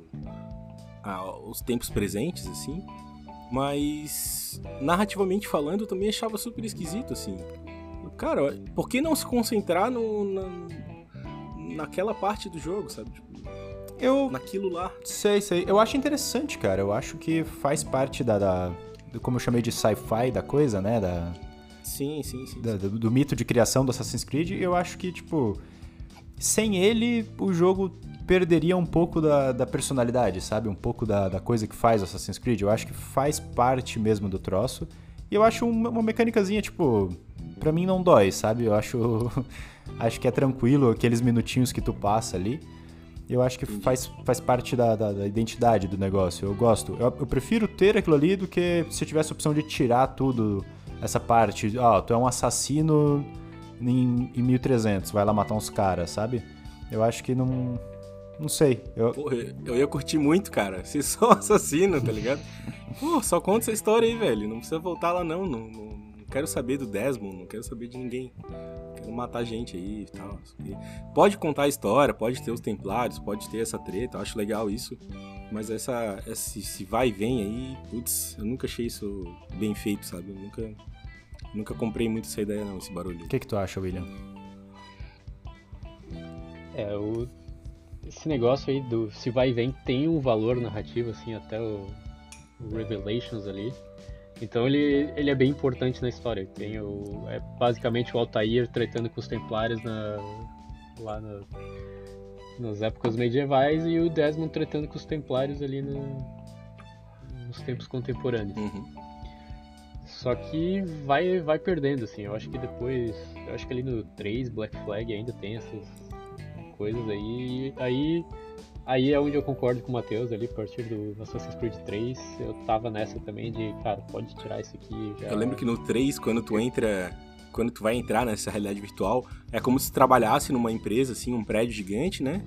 aos tempos presentes, assim. Mas, narrativamente falando, eu também achava super esquisito, assim. Cara, por que não se concentrar no, na, naquela parte do jogo, sabe? Tipo, Eu naquilo lá. sei, sei. Eu acho interessante, cara. Eu acho que faz parte da... da do, como eu chamei de sci-fi da coisa, né? Da, Sim, sim, sim. da- sim. do, do mito de criação do Assassin's Creed. Eu acho que, tipo... Sem ele, o jogo perderia um pouco da, da personalidade, sabe? Um pouco da, da coisa que faz o Assassin's Creed. Eu acho que faz parte mesmo do troço. E eu acho uma, uma mecânicazinha, tipo... Pra mim não dói, sabe? Eu acho... acho que é tranquilo aqueles minutinhos que tu passa ali. Eu acho que faz, faz parte da, da, da identidade do negócio. Eu gosto. Eu, eu prefiro ter aquilo ali do que se eu tivesse a opção de tirar tudo, essa parte. Ó, oh, tu é um assassino em, em mil e trezentos, vai lá matar uns caras, sabe? Eu acho que não... Não sei. Eu... Porra, eu ia curtir muito, cara. Ser só assassino, tá ligado? Pô, só conta essa história aí, velho. Não precisa voltar lá, não. Não, não, não quero saber do Desmond, não quero saber de ninguém. Quero matar gente aí e tal. Pode contar a história, pode ter os Templários, pode ter essa treta, eu acho legal isso. Mas essa, esse, esse vai e vem aí, putz, eu nunca achei isso bem feito, sabe? Eu nunca, nunca comprei muito essa ideia, não, esse barulho. O que que tu acha, William? É, o... esse negócio aí do se vai e vem tem um valor narrativo, assim, até o, o Revelations ali. Então ele, ele é bem importante na história. Tem o, é basicamente o Altair tretando com os Templários na, lá na, nas épocas medievais e o Desmond tretando com os Templários ali no, nos tempos contemporâneos. Uhum. Só que vai, vai perdendo, assim. Eu acho que depois... Eu acho que ali no três, Black Flag, ainda tem essas coisas aí. Aí... Aí é onde eu concordo com o Matheus ali, a partir do Assassin's Creed três, eu tava nessa também de, cara, pode tirar isso aqui já. Eu lembro que no três, quando tu entra, quando tu vai entrar nessa realidade virtual, é como se trabalhasse numa empresa, assim, um prédio gigante, né?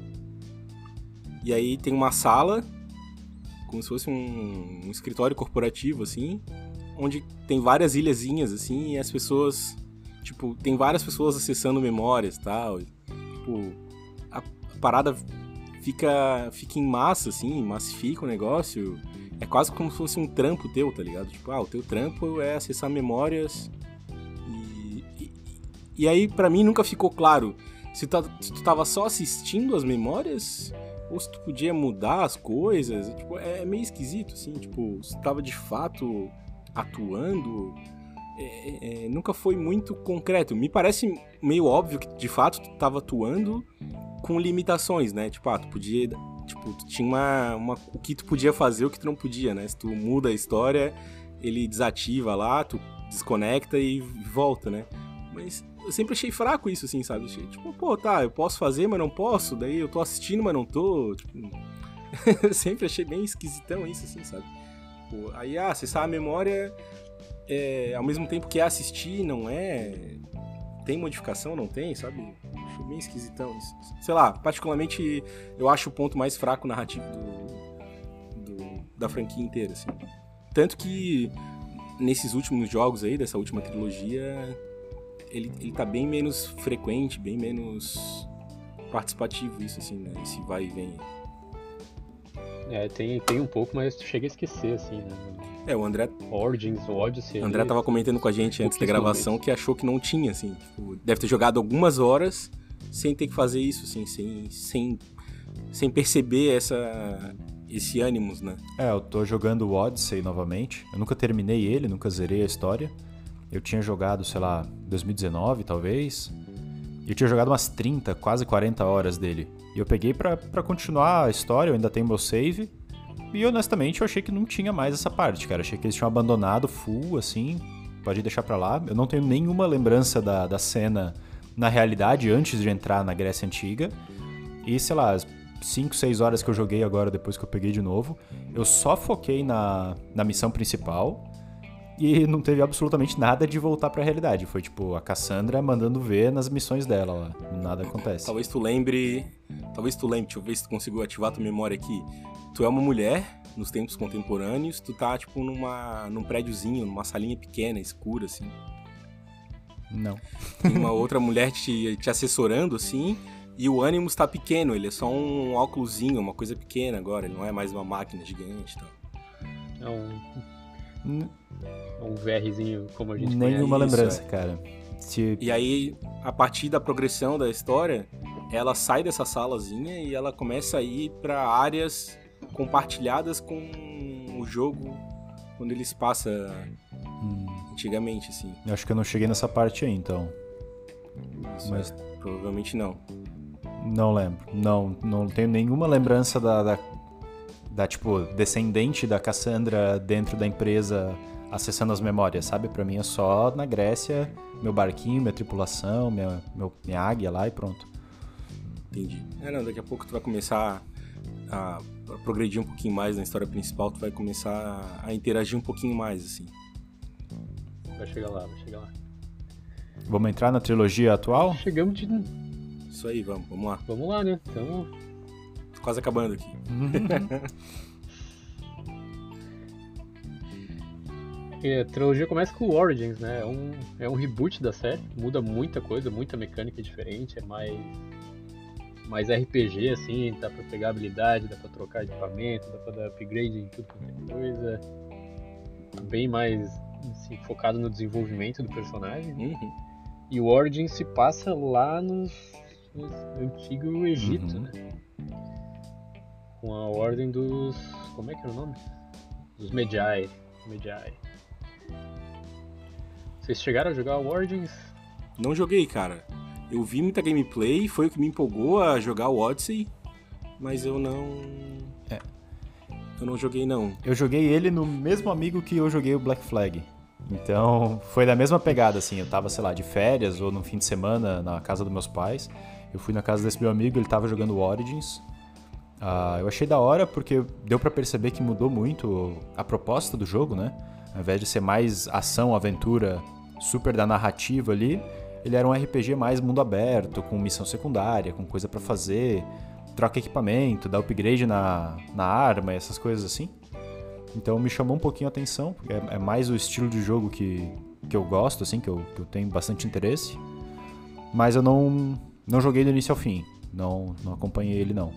E aí tem uma sala, como se fosse um, um escritório corporativo, assim, onde tem várias ilhazinhas, assim, e as pessoas, tipo, tem várias pessoas acessando memórias e tal. Tipo, a parada... Fica, fica em massa, assim, massifica o negócio. É quase como se fosse um trampo teu, tá ligado? Tipo, ah, o teu trampo é acessar memórias. E, e, e aí, pra mim, nunca ficou claro se tu, se tu tava só assistindo as memórias ou se tu podia mudar as coisas. Tipo, é meio esquisito, assim, tipo, se tu tava de fato atuando. É, é, nunca foi muito concreto. Me parece meio óbvio que, de fato, tu tava atuando com limitações, né? Tipo, ah, tu podia... Tipo, tu tinha uma, uma... O que tu podia fazer, o que tu não podia, né? Se tu muda a história, ele desativa lá, tu desconecta e volta, né? Mas eu sempre achei fraco isso, assim, sabe? Tipo, pô, tá, eu posso fazer, mas não posso. Daí eu tô assistindo, mas não tô. Tipo... eu sempre achei bem esquisitão isso, assim, sabe? Pô, aí, ah, acessar a memória... É, ao mesmo tempo que é assistir, não é... Tem modificação, não tem, sabe? Acho bem esquisitão isso. Sei lá, particularmente eu acho o ponto mais fraco narrativo da franquia inteira, assim. Tanto que nesses últimos jogos aí, dessa última trilogia, ele, ele tá bem menos frequente, bem menos participativo isso, assim, né? Esse vai e vem. É, tem, tem um pouco, mas tu chega a esquecer, assim, né? É, o André... Origins, o Odyssey... O André ali, tava comentando com a gente antes da gravação que achou que não tinha, assim. Tipo, deve ter jogado algumas horas sem ter que fazer isso, assim, sem, sem, sem perceber essa, esse ânimos, né? É, eu tô jogando o Odyssey novamente. Eu nunca terminei ele, nunca zerei a história. Eu tinha jogado, sei lá, dois mil e dezenove, talvez. E eu tinha jogado umas trinta, quase quarenta horas dele. E eu peguei pra, pra continuar a história, eu ainda tenho meu save. E honestamente eu achei que não tinha mais essa parte, cara. Achei que eles tinham abandonado full, assim. Pode deixar pra lá. Eu não tenho nenhuma lembrança da, da cena na realidade antes de entrar na Grécia Antiga. E, sei lá, as cinco, seis horas que eu joguei agora, depois que eu peguei de novo, eu só foquei na, na missão principal. E não teve absolutamente nada de voltar pra realidade. Foi tipo a Cassandra mandando ver nas missões dela lá. Nada acontece. Talvez tu lembre... Talvez tu lembre, deixa eu ver se tu conseguiu ativar tua memória aqui. Tu é uma mulher, nos tempos contemporâneos, tu tá tipo numa, num prédiozinho, numa salinha pequena, escura, assim. Não. Tem uma outra mulher te, te assessorando, assim, e o Animus tá pequeno, ele é só um óculosinho, uma coisa pequena agora, ele não é mais uma máquina gigante e tal. É um... um VRzinho, como a gente Nenhuma conhece. lembrança, Isso, é. cara. Se... E aí, a partir da progressão da história, ela sai dessa salazinha e ela começa a ir pra áreas compartilhadas com o jogo quando ele se passa hum. antigamente, assim. Eu acho que eu não cheguei nessa parte aí, então. Isso, Mas... é, provavelmente não. Não lembro. Não, não tenho nenhuma lembrança da, da, da, tipo, descendente da Cassandra dentro da empresa acessando as memórias, sabe? Pra mim é só na Grécia, meu barquinho, minha tripulação, minha, meu, minha águia lá e pronto. Entendi. É, não, daqui a pouco tu vai começar a, a progredir um pouquinho mais na história principal, tu vai começar a interagir um pouquinho mais, assim. Vai chegar lá, vai chegar lá. Vamos entrar na trilogia atual? Chegamos de... Isso aí, vamos, vamos lá. Vamos lá, né? Então... Tô quase acabando aqui. A trilogia começa com o Origins, né? É um, é um reboot da série, muda muita coisa, muita mecânica diferente, é mais, mais R P G, assim, dá pra pegar habilidade, dá pra trocar equipamento, dá pra dar upgrade em tudo quanto é coisa. Bem mais assim, focado no desenvolvimento do personagem. Uhum. E o Origins se passa lá nos, nos antigo Egito, uhum. né? Com a ordem dos... como é que era o nome? Dos Medjai. Medjai. Vocês chegaram a jogar o Origins? Não joguei, cara. Eu vi muita gameplay, foi o que me empolgou a jogar o Odyssey, mas eu não... É. Eu não joguei, não. Eu joguei ele no mesmo amigo que eu joguei o Black Flag. Então, foi da mesma pegada, assim. Eu tava, sei lá, de férias ou no fim de semana na casa dos meus pais. Eu fui na casa desse meu amigo, ele tava jogando o Origins. Uh, eu achei da hora porque deu pra perceber que mudou muito a proposta do jogo, né? Ao invés de ser mais ação, aventura, super da narrativa ali, ele era um R P G mais mundo aberto, com missão secundária, com coisa pra fazer, troca equipamento, dá upgrade na, na arma, essas coisas assim. Então me chamou um pouquinho a atenção, porque é, é mais o estilo de jogo que, que eu gosto, assim, que eu, que eu tenho bastante interesse. Mas eu não, não joguei do início ao fim, não, não acompanhei ele não.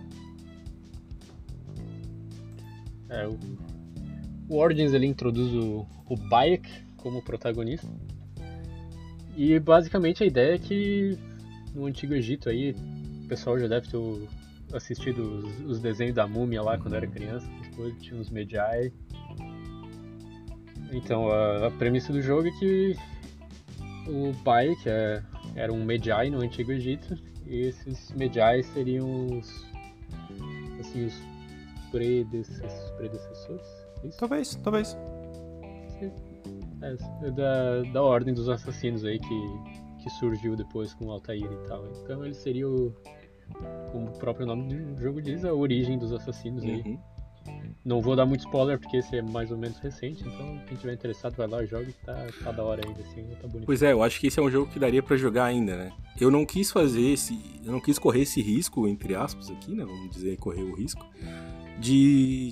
É, o, o Origins ele introduz o, o Bayek como protagonista. E basicamente a ideia é que no Antigo Egito aí, o pessoal já deve ter assistido os, os desenhos da múmia lá quando era criança, depois tinha os Medjai. Então a, a premissa do jogo é que o Bayek é, era um Medjai no Antigo Egito, e esses Medjai seriam os, assim, os predecessores, predecessores? Isso? Talvez, talvez. É, da, da ordem dos assassinos aí que, que surgiu depois com o Altair e tal. Então ele seria o, como o próprio nome do jogo diz, a origem dos assassinos aí. Uhum. Não vou dar muito spoiler porque esse é mais ou menos recente, então quem tiver interessado vai lá e joga, que tá, tá da hora ainda assim, tá bonito. Pois é, eu acho que esse é um jogo que daria pra jogar ainda, né? Eu não quis fazer esse, eu não quis correr esse risco, entre aspas aqui, né? Vamos dizer, correr o risco de,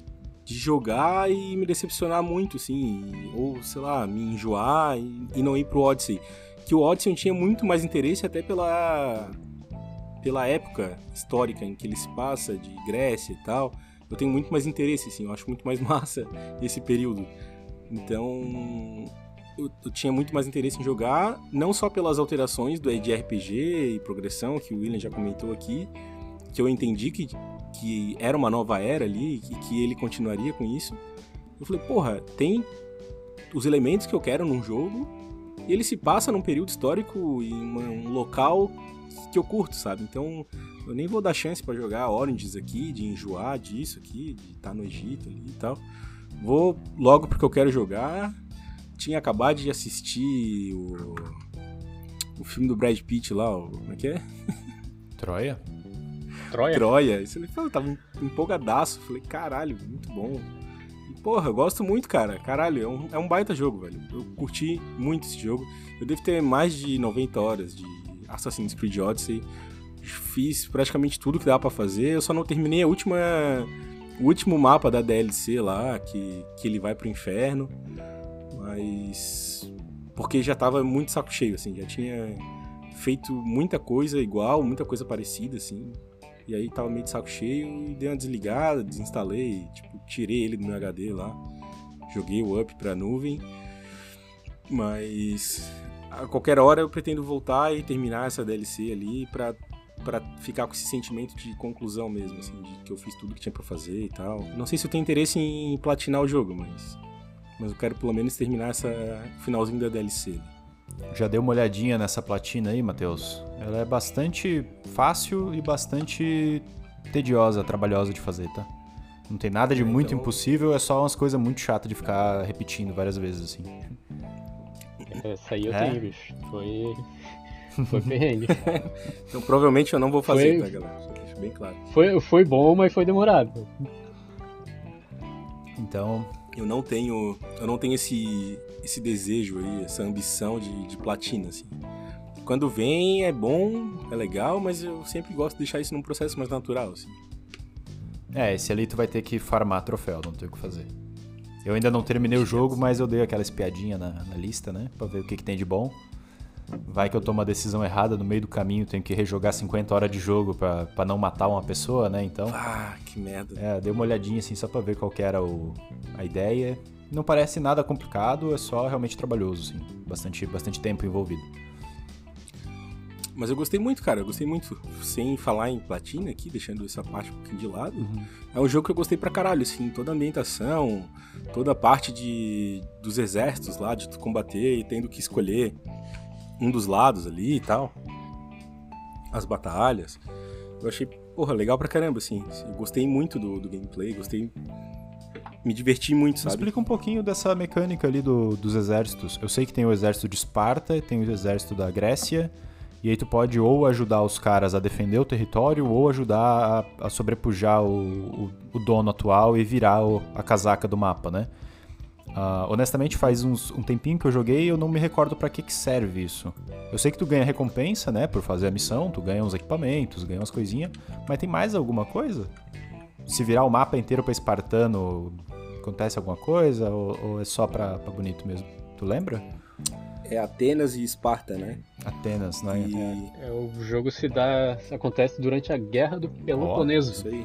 de jogar e me decepcionar muito, assim, ou, sei lá, me enjoar e, e não ir pro Odyssey. Que o Odyssey eu tinha muito mais interesse até pela, pela época histórica em que ele se passa, de Grécia e tal. Eu tenho muito mais interesse, assim, eu acho muito mais massa esse período. Então, eu, eu tinha muito mais interesse em jogar, não só pelas alterações do, de R P G e progressão, que o William já comentou aqui, que eu entendi que, que era uma nova era ali, que, que ele continuaria com isso. Eu falei, porra, tem os elementos que eu quero num jogo, e ele se passa num período histórico em uma, um local que eu curto, sabe? Então, eu nem vou dar chance pra jogar Oranges aqui, de enjoar disso aqui, de estar no Egito ali e tal. Vou logo porque eu quero jogar. Tinha acabado de assistir o, o filme do Brad Pitt lá, o, como é que é? Troia? Troia? Troia. Isso, eu tava empolgadaço. Falei, caralho, muito bom. E, porra, eu gosto muito, cara. Caralho, é um, é um baita jogo, velho. Eu curti muito esse jogo. Eu devo ter mais de noventa horas de Assassin's Creed Odyssey. Fiz praticamente tudo que dava pra fazer. Eu só não terminei a última... o último mapa da D L C lá, que, que ele vai pro inferno, mas... porque já tava muito saco cheio, assim, já tinha feito muita coisa igual, muita coisa parecida, assim, e aí tava meio de saco cheio e dei uma desligada, desinstalei, tipo, tirei ele do meu H D lá, joguei o up pra nuvem, mas a qualquer hora eu pretendo voltar e terminar essa D L C ali pra... pra ficar com esse sentimento de conclusão mesmo, assim, de que eu fiz tudo que tinha pra fazer e tal. Não sei se eu tenho interesse em platinar o jogo, mas, mas eu quero pelo menos terminar essa finalzinho da D L C. Já deu uma olhadinha nessa platina aí, Matheus? Ela é bastante fácil e bastante tediosa, trabalhosa de fazer, tá? Não tem nada de muito então... impossível, é só umas coisas muito chatas de ficar repetindo várias vezes, assim. Essa aí eu É? tenho, bicho. Foi... Foi perrengue. Então provavelmente eu não vou fazer, Foi... tá, galera? Só deixo bem claro. Foi, foi bom, mas foi demorado. Então... Eu não tenho, eu não tenho esse, esse desejo aí, essa ambição de, de platina, assim. Quando vem é bom, é legal, mas eu sempre gosto de deixar isso num processo mais natural, assim. É, esse ali tu vai ter que farmar troféu, não tem o que fazer. Eu ainda não terminei o jogo, mas eu dei aquela espiadinha na, na lista, né? Pra ver o que, que tem de bom. Vai que eu tomo uma decisão errada no meio do caminho, tenho que rejogar cinquenta horas de jogo pra, pra não matar uma pessoa, né? Então... Ah, que merda. É, dei uma olhadinha assim só pra ver qual que era o, a ideia. Não parece nada complicado, é só realmente trabalhoso, assim. Bastante, bastante tempo envolvido. Mas eu gostei muito, cara. Eu gostei muito. Sem falar em platina aqui, deixando essa parte um pouquinho de lado. Uhum. É um jogo que eu gostei pra caralho, assim. Toda a ambientação, toda a parte de, dos exércitos lá, de tu combater e tendo que escolher um dos lados ali e tal. As batalhas. Eu achei, porra, legal pra caramba, assim. Eu gostei muito do, do gameplay, gostei... Me diverti muito, sabe? Explica um pouquinho dessa mecânica ali do, dos exércitos. Eu sei que tem o exército de Esparta, tem o exército da Grécia, e aí tu pode ou ajudar os caras a defender o território, ou ajudar a, a sobrepujar o, o, o dono atual e virar o, a casaca do mapa, né? Uh, honestamente, faz uns, um tempinho que eu joguei e eu não me recordo pra que que serve isso. Eu sei que tu ganha recompensa, né, por fazer a missão, tu ganha uns equipamentos, ganha umas coisinhas, mas tem mais alguma coisa? Se virar o mapa inteiro pra espartano, acontece alguma coisa ou, ou é só pra, pra bonito mesmo? Tu lembra? É Atenas e Esparta, né? Atenas, não é? E... É, é, o jogo se dá, acontece durante a Guerra do Peloponeso. Oh, isso aí.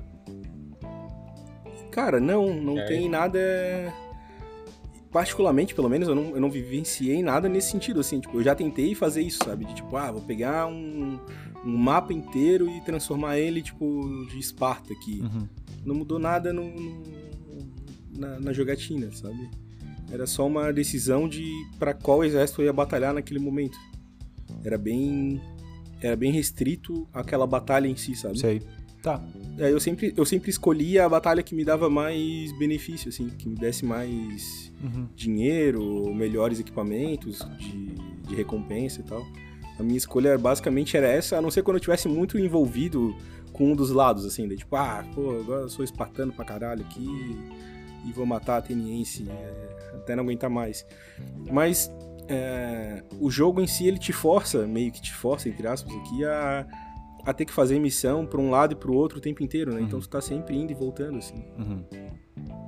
Cara, não, não é. tem nada... Particularmente, pelo menos, eu não, eu não vivenciei nada nesse sentido, assim, tipo, eu já tentei fazer isso, sabe, de tipo, ah, vou pegar um, um mapa inteiro e transformar ele, tipo, de Esparta aqui. Uhum. Não mudou nada no, no, na, na jogatina, sabe? Era só uma decisão de pra qual exército eu ia batalhar naquele momento. Era bem, era bem restrito àquela batalha em si, sabe? Sei. Tá. Aí eu sempre, eu sempre escolhia a batalha que me dava mais benefício, assim, que me desse mais uhum. dinheiro, melhores equipamentos de, de recompensa e tal. A minha escolha basicamente era essa, a não ser quando eu estivesse muito envolvido com um dos lados, assim, de tipo, ah, pô, agora eu sou espartano pra caralho aqui e vou matar a ateniense é, até não aguentar mais. Mas é, o jogo em si, ele te força, meio que te força, entre aspas, aqui, a... a ter que fazer missão pra um lado e pro outro o tempo inteiro, né? Uhum. Então tu tá sempre indo e voltando, assim. Uhum.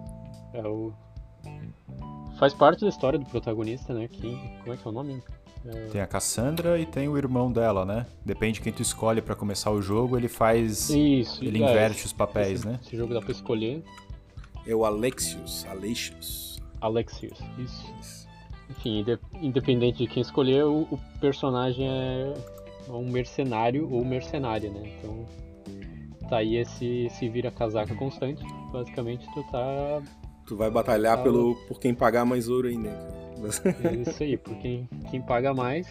É o... Faz parte da história do protagonista, né? Que... Como é que é o nome? É... Tem a Cassandra e tem o irmão dela, né? Depende de quem tu escolhe pra começar o jogo, ele faz... Isso. Ele é, inverte esse, os papéis, esse, né? Esse jogo dá pra escolher. É o Alexios. Alexios. Alexios, isso. Enfim, independente de quem escolher, o, o personagem é um mercenário ou mercenária, né? Então, tá aí esse, esse vira-casaca constante. Basicamente, tu tá... Tu vai batalhar tá... pelo, por quem pagar mais ouro aí, né? Isso aí, por quem, quem paga mais.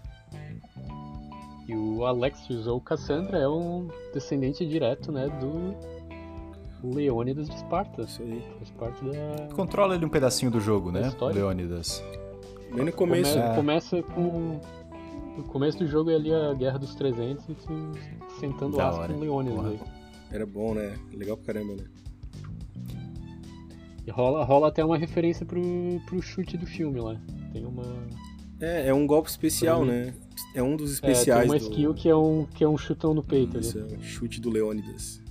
E o Alexios ou Cassandra é um descendente direto, né, do Leônidas de Esparta. Isso aí. Faz parte da... Controla ele um pedacinho do jogo, né? história. Leônidas. Bem no começo. Come- É. Começa com... No começo do jogo é ali a Guerra dos trezentos e tu sentando Da aço hora. com o Leônidas Porra. aí. Era bom, né? Legal pra caramba, né? E rola, rola até uma referência pro, pro chute do filme lá. Tem uma... É, é um golpe especial, Uhum. né? É um dos É, especiais tem uma do... skill que é um, que é um chutão no peito Isso, ali. é o chute do Leônidas.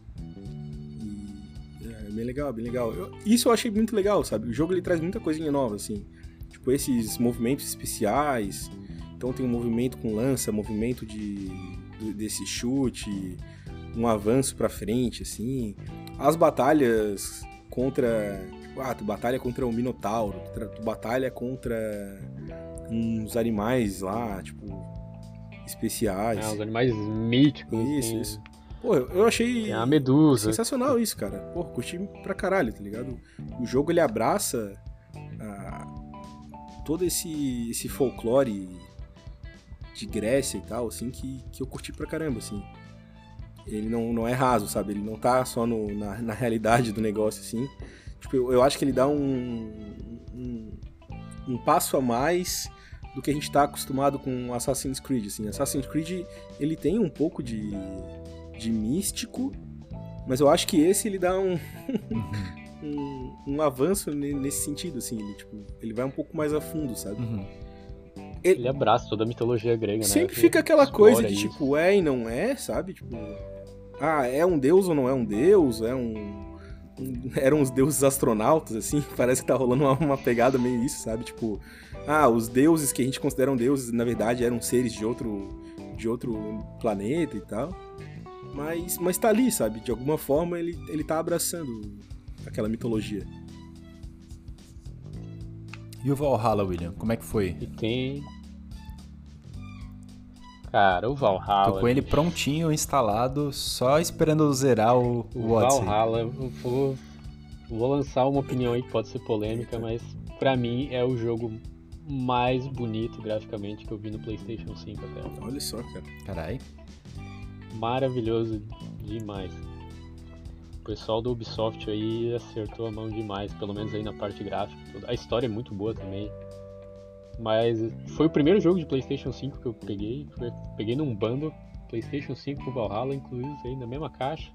E é bem legal, bem legal. Eu- isso eu achei muito legal, sabe? O jogo ele traz muita coisinha nova, assim. Tipo, esses movimentos especiais. Então tem um movimento com lança, movimento de, do- desse chute, um avanço pra frente, assim. As batalhas contra... Tipo, ah, tu batalha contra um minotauro, tu, tra- tu batalha contra uns animais lá, tipo, especiais. É, os animais míticos. Isso, tem, isso. Pô, eu eu achei tem a medusa. sensacional isso, cara. Pô, curti pra caralho, tá ligado? O jogo, ele abraça ah, todo esse, esse folclore de Grécia e tal, assim, que, que eu curti pra caramba, assim. Ele não, não é raso, sabe? Ele não tá só no, na, na realidade do negócio, assim. Tipo, eu, eu acho que ele dá um, um, um passo a mais do que a gente tá acostumado com Assassin's Creed, assim. Assassin's Creed, ele tem um pouco de, de místico, mas eu acho que esse, ele dá um, um, um avanço ne- nesse sentido, assim. Ele, tipo, ele vai um pouco mais a fundo, sabe? Uhum. Ele abraça toda a mitologia grega, né? Sempre Que fica aquela explora coisa de, isso. tipo, é e não é, sabe? Tipo, ah, é um deus ou não é um deus? É um... um- eram os deuses astronautas, assim? Parece que tá rolando uma, uma pegada meio isso, sabe? Tipo, ah, os deuses que a gente considera deuses, na verdade, eram seres de outro, de outro planeta e tal. Mas, mas tá ali, sabe? De alguma forma, ele, ele tá abraçando aquela mitologia. E o Valhalla, William? Como é que foi? E tem... Cara, o Valhalla... Tô com ele bicho. prontinho, instalado, só esperando eu zerar o, o O Odyssey. Valhalla, eu vou, vou lançar uma opinião aí que pode ser polêmica, mas pra mim é o jogo mais bonito graficamente que eu vi no PlayStation cinco até agora. Olha só, cara. Carai. Maravilhoso demais. O pessoal do Ubisoft aí acertou a mão demais, pelo menos aí na parte gráfica. Toda. A história é muito boa também. Mas foi o primeiro jogo de PlayStation cinco que eu peguei. Foi, peguei num bundle PlayStation cinco com Valhalla incluídos aí na mesma caixa.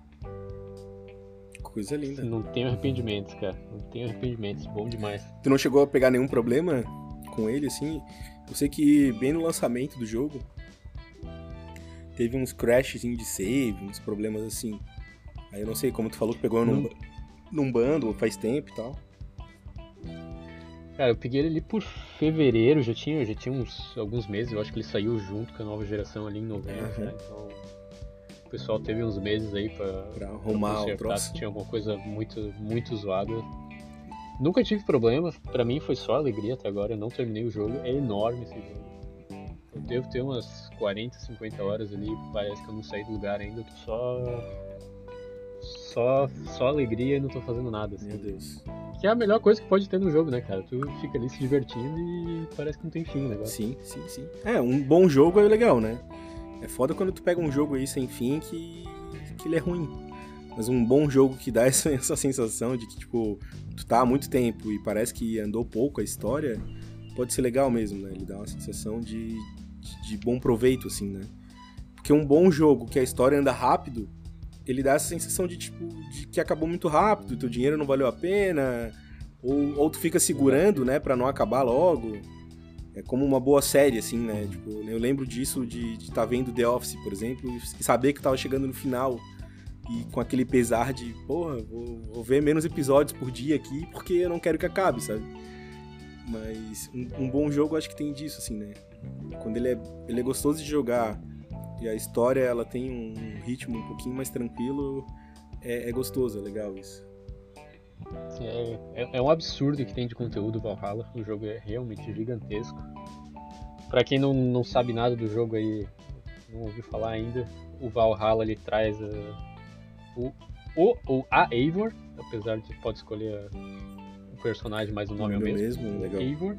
Coisa linda. Não tenho arrependimentos, cara. Não tenho arrependimentos. Bom demais. Tu não chegou a pegar nenhum problema com ele, assim? Eu sei que bem no lançamento do jogo teve uns crashes de save, uns problemas assim. Aí eu não sei como tu falou que pegou num, Hum. num bundle faz tempo e tal. Cara, eu peguei ele ali por fevereiro, já tinha, já tinha uns, alguns meses, eu acho que ele saiu junto com a nova geração ali em novembro, Uhum. né? Então o pessoal teve uns meses aí pra, Pra pra arrumar o consertar troço. se tinha alguma coisa muito, muito zoada. Nunca tive problema, pra mim foi só alegria até agora, eu não terminei o jogo, é enorme esse jogo. Eu devo ter umas quarenta, cinquenta horas ali, parece que eu não saí do lugar ainda, eu tô só... Só, só alegria e não tô fazendo nada, assim. Meu Deus. Que é a melhor coisa que pode ter no jogo, né, cara? Tu fica ali se divertindo e parece que não tem fim o negócio. Sim, sim, sim. É, um bom jogo é legal, né? É foda quando tu pega um jogo aí sem fim que, que ele é ruim. Mas um bom jogo que dá essa, essa sensação de que, tipo, tu tá há muito tempo e parece que andou pouco a história, pode ser legal mesmo, né? Ele dá uma sensação de, de, de bom proveito, assim, né? Porque um bom jogo que a história anda rápido, ele dá essa sensação de, tipo, de que acabou muito rápido, teu dinheiro não valeu a pena, ou, ou tu fica segurando, né, pra não acabar logo. É como uma boa série, assim, né? Tipo, eu lembro disso de estar tá vendo The Office, por exemplo, e saber que tava chegando no final e com aquele pesar de, porra, vou, vou ver menos episódios por dia aqui porque eu não quero que acabe, sabe? Mas um, um bom jogo eu acho que tem disso, assim, né? Quando ele é, ele é gostoso de jogar e a história ela tem um ritmo um pouquinho mais tranquilo, é, é gostoso, é legal isso. É, é, é um absurdo que tem de conteúdo o Valhalla, o jogo é realmente gigantesco. Pra quem não, não sabe nada do jogo aí, não ouviu falar ainda, o Valhalla ele traz uh, o, o, o a Eivor, apesar de pode escolher uh, o personagem, mas o nome é o mesmo, mesmo legal. Eivor.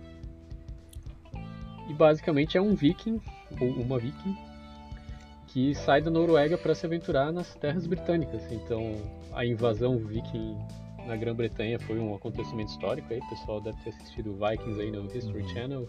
E basicamente é um viking, ou uma viking, que sai da Noruega para se aventurar nas terras britânicas. Então a invasão viking na Grã-Bretanha foi um acontecimento histórico aí, o pessoal deve ter assistido Vikings aí no History Channel.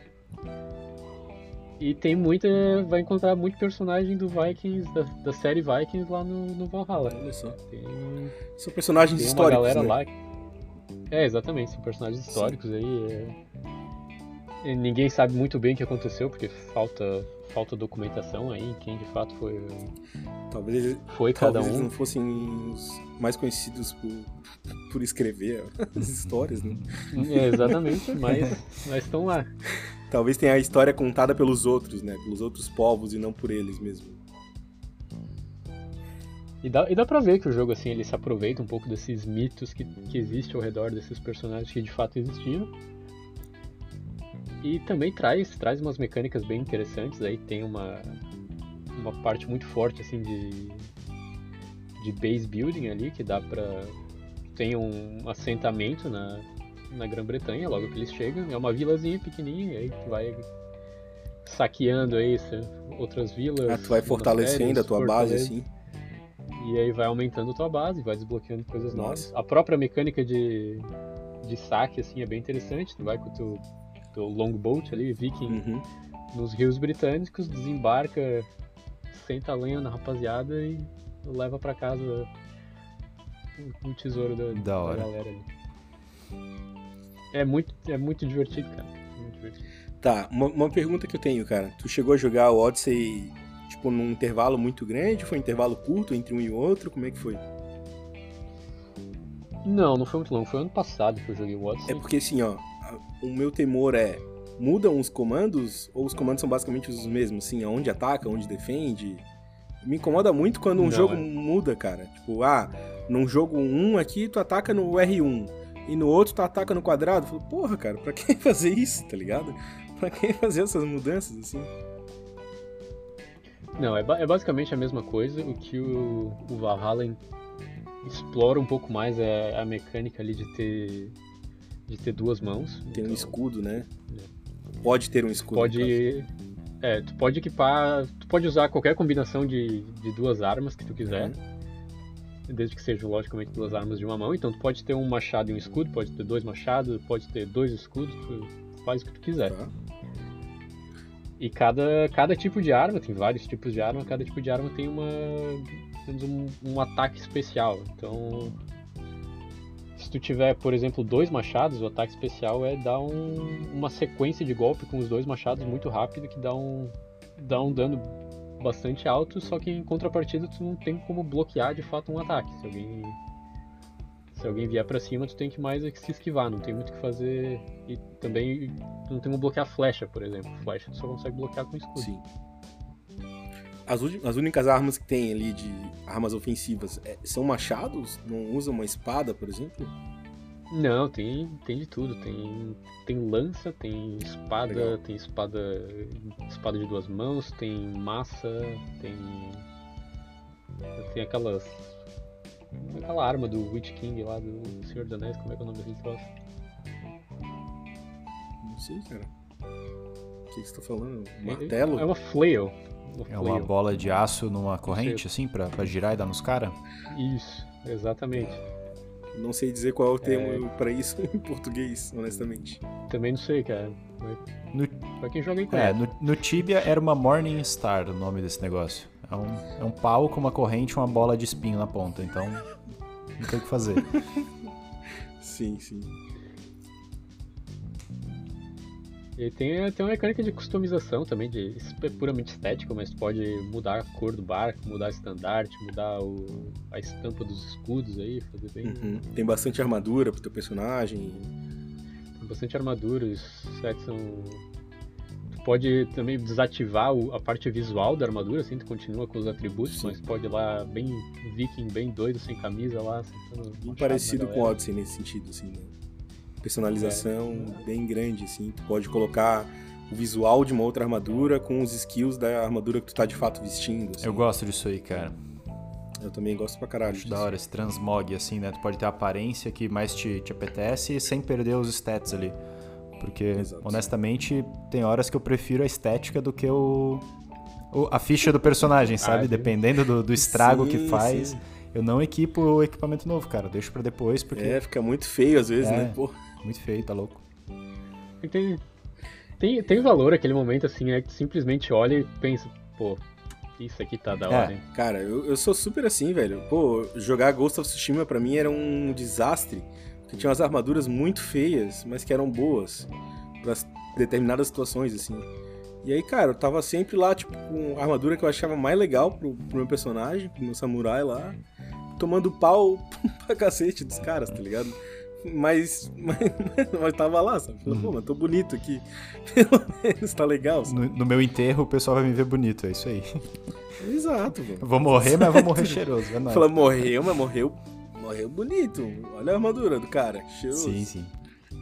E tem muita. Vai encontrar muito personagem do Vikings, da, da série Vikings lá no, no Valhalla. Olha só. Tem, São personagens tem históricos, uma galera né? lá. É, exatamente, são personagens históricos. Sim. Aí. É... Ninguém sabe muito bem o que aconteceu, porque falta, falta documentação aí, quem de fato foi. Talvez, eles, foi talvez cada um. eles não fossem os mais conhecidos por, por escrever as histórias, né? É, exatamente, mas mas estão lá. Talvez tenha a história contada pelos outros, né? Pelos outros povos e não por eles mesmo. E dá, e dá pra ver que o jogo, assim, ele se aproveita um pouco desses mitos que, que existem ao redor desses personagens que de fato existiram. E também traz, traz umas mecânicas bem interessantes. Aí tem uma, uma parte muito forte, assim, de, de base building ali, que dá pra... Tem um assentamento na... na Grã-Bretanha, logo que eles chegam, é uma vilazinha pequenininha, aí tu vai saqueando aí outras vilas. Ah, tu vai fortalecendo a tua fortalece, base, assim. E aí vai aumentando a tua base, vai desbloqueando coisas novas. A própria mecânica de, de saque, assim, é bem interessante, tu vai com o teu, teu longboat ali, viking, Uhum. nos rios britânicos, desembarca, senta a lenha na rapaziada e leva pra casa o, o tesouro da, Da da hora. galera ali. É muito, é muito divertido, cara. Muito divertido. Tá, uma, uma pergunta que eu tenho, cara. Tu chegou a jogar o Odyssey, tipo, num intervalo muito grande? Foi um intervalo curto entre um e o outro? Como é que foi? Não, não foi muito longo. Foi ano passado que eu joguei o Odyssey. É porque, assim, ó, a- o meu temor é... Mudam os comandos? Ou os comandos são basicamente os mesmos? Assim, aonde ataca, onde defende? Me incomoda muito quando um Não, jogo é. muda, cara. Tipo, ah, num jogo um aqui tu ataca no R um. E no outro tu ataca no quadrado. Eu falo, porra, cara, pra que fazer isso, tá ligado? Pra que fazer essas mudanças, assim? Não, é, ba- é basicamente a mesma coisa. O que o, o Valhalla em- explora um pouco mais é a mecânica ali de ter, de ter duas mãos. Tem um Então, escudo, né? Pode ter um escudo. no caso. Pode. É, tu pode equipar. Tu pode usar qualquer combinação de, de duas armas que tu quiser. Uhum. Desde que sejam, logicamente, duas armas de uma mão. Então tu pode ter um machado e um escudo, pode ter dois machados, pode ter dois escudos, tu faz o que tu quiser. Tá. E cada, cada tipo de arma, tem vários tipos de arma, cada tipo de arma tem uma, digamos, um, um ataque especial. Então, se tu tiver, por exemplo, dois machados, o ataque especial é dar um, uma sequência de golpe com os dois machados muito rápido que dá um, dá um dano bastante alto, só que em contrapartida tu não tem como bloquear de fato um ataque. Se alguém, se alguém vier pra cima, tu tem que mais é que se esquivar, não tem muito o que fazer. E também tu não tem como bloquear flecha, por exemplo. Flecha tu só consegue bloquear com escudo. Sim. As, uni- as únicas armas que tem ali de armas ofensivas é- são machados? Não usa uma espada, por exemplo? Não, tem, tem de tudo. Tem, tem lança, tem espada, Legal. tem espada espada de duas mãos, tem massa, tem. Tem aquelas. Aquela arma do Witch King lá, do Senhor dos Anéis, como é que é o nome daquele troço? Não sei, cara. O que que você tá falando? Martelo? É uma flail. Uma É uma flail. bola de aço numa corrente, assim, pra, pra girar e dar nos caras? Isso, exatamente. Não sei dizer qual é o termo pra isso em português, honestamente. Também não sei, cara. Mas No, pra quem joga aí é, conhece. no, no Tibia era uma Morning Star o nome desse negócio. É um, é um pau com uma corrente e uma bola de espinho na ponta, então não tem o que fazer. Sim, sim. E tem, tem uma mecânica de customização também, de, isso é puramente estética, mas tu pode mudar a cor do barco, mudar o estandarte, mudar o, a estampa dos escudos aí, fazer bem... Uhum. Tem bastante armadura pro teu personagem. Tem bastante armadura, os sets são... Tu pode também desativar o, a parte visual da armadura, assim, tu continua com os atributos, Sim. mas pode ir lá bem viking, bem doido, sem camisa lá. Bem parecido com o Odyssey nesse sentido, assim, né? Personalização é. bem grande, assim. Tu pode colocar o visual de uma outra armadura com os skills da armadura que tu tá de fato vestindo. Assim. Eu gosto disso aí, cara. Eu também gosto pra caralho Acho disso. Da hora, esse transmog, assim, né? Tu pode ter a aparência que mais te, te apetece sem perder os stats ali. Porque, Exato. honestamente, tem horas que eu prefiro a estética do que o, o a ficha do personagem, sabe? Ah, Dependendo do, do estrago sim, que faz. Sim. Eu não equipo o equipamento novo, cara. Eu deixo pra depois, porque... É, fica muito feio às vezes, é, né? Pô. Muito feio, tá louco. Tem, tem, tem valor aquele momento, assim, é que simplesmente olha e pensa, pô, isso aqui tá da hora, é. hein? Cara, eu, eu sou super assim, velho. Pô, jogar Ghost of Tsushima pra mim era um desastre. Porque tinha umas armaduras muito feias, mas que eram boas pra determinadas situações, assim. E aí, cara, eu tava sempre lá, tipo, com a armadura que eu achava mais legal pro, pro meu personagem, pro meu samurai lá, tomando pau pra cacete dos caras, tá ligado? Mas, mas, mas tava lá, sabe? Falei, pô, mas tô bonito aqui. Pelo menos tá legal. No, no meu enterro, o pessoal vai me ver bonito, é isso aí. Exato, velho. Vou morrer, mas vou morrer cheiroso. É nóis. Fala, morreu, mas morreu, morreu bonito. Olha a armadura do cara, cheiroso. Sim, sim.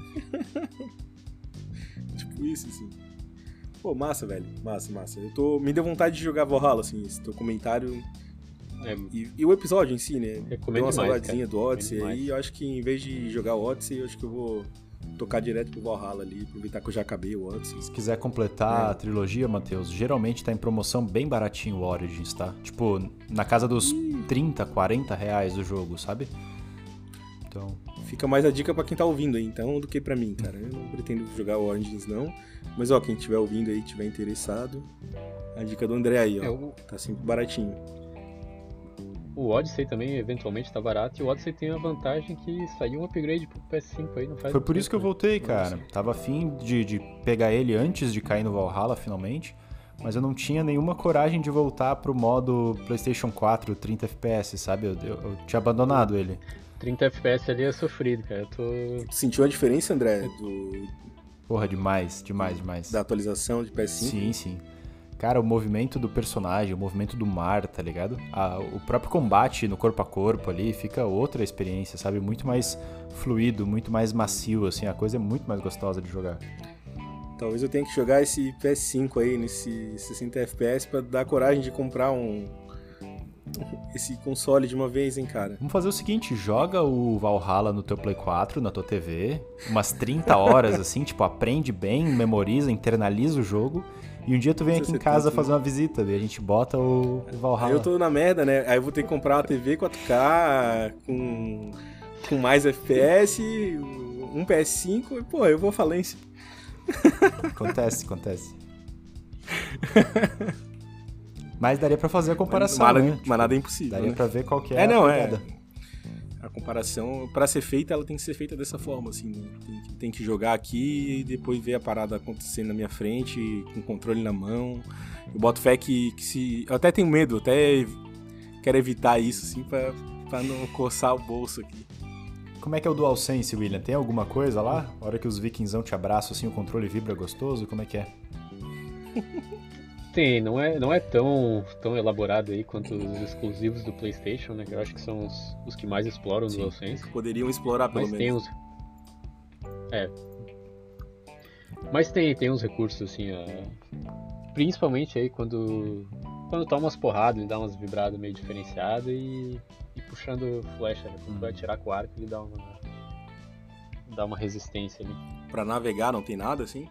Tipo isso, assim. Pô, massa, velho. Massa, massa. Eu tô... Me deu vontade de jogar Valhalla, assim, esse teu comentário... É, e, e o episódio em si, né? Deu uma saudadezinha do Odyssey aí. Eu acho que em vez de jogar o Odyssey, eu acho que eu vou tocar direto pro Valhalla ali, aproveitar que eu já acabei o Odyssey. Se quiser completar é. a trilogia, Matheus, geralmente tá em promoção bem baratinho o Origins, tá? Tipo, na casa dos Ih. trinta, quarenta reais o jogo, sabe? Então... Fica mais a dica pra quem tá ouvindo aí, então, do que pra mim, cara. Eu não pretendo jogar o Origins, não. Mas, ó, quem estiver ouvindo aí, tiver interessado, a dica do André aí, ó. Eu... Tá sempre baratinho. O Odyssey também, eventualmente, tá barato. E o Odyssey tem a vantagem que saiu um upgrade pro P S cinco aí, não faz Foi por tempo, isso que eu voltei, cara. Nossa. Tava afim de, de pegar ele antes de cair no Valhalla, finalmente. Mas eu não tinha nenhuma coragem de voltar pro modo PlayStation quatro, trinta F P S, sabe? Eu, eu, eu tinha abandonado ele. trinta F P S ali é sofrido, cara. Eu tô... Tu sentiu a diferença, André? Do... Porra, demais, demais, demais. Da atualização de P S cinco? Sim, sim. Cara, o movimento do personagem, o movimento do mar, tá ligado? Ah, o próprio combate no corpo a corpo ali fica outra experiência, sabe? Muito mais fluido, muito mais macio, assim. A coisa é muito mais gostosa de jogar. Talvez eu tenha que jogar esse P S cinco aí, nesse sessenta F P S, pra dar coragem de comprar um... esse console de uma vez, hein, cara. Vamos fazer o seguinte, joga o Valhalla no teu Play quatro, na tua T V, umas trinta horas, assim, tipo, aprende bem, memoriza, internaliza o jogo... E um dia tu vem aqui em casa fazer uma visita, e a gente bota o, o Valhalla. Aí eu tô na merda, né? Aí eu vou ter que comprar uma T V quatro K com, com mais F P S, um P S cinco, e pô, eu vou à falência. Acontece, acontece. Mas daria pra fazer a comparação, mas, né? Mas tipo, nada é impossível, Daria né? pra ver qual que é, é não, a pegada. É. A comparação, pra ser feita, ela tem que ser feita dessa forma, assim, né? Tem que, tem que jogar aqui e depois ver a parada acontecendo na minha frente, com o controle na mão. Eu boto fé que, que se... Eu até tenho medo, até quero evitar isso, assim, pra, pra não coçar o bolso aqui. Como é que é o DualSense, William? Tem alguma coisa lá? A hora que os vikingzão te abraçam, assim, o controle vibra gostoso? Como é que é? Tem, não é, não é tão, tão elaborado aí quanto os exclusivos do PlayStation, né? Eu acho que são os, os que mais exploram o DualSense. Poderiam explorar, pelo Mas menos. Tem uns... É. Mas tem, tem uns recursos, assim, ó, principalmente aí quando, quando toma umas porradas, ele dá umas vibradas meio diferenciadas e, e puxando flecha, né? Quando hum. vai atirar com o arco, ele dá uma, dá uma resistência ali. Pra navegar não tem nada, assim?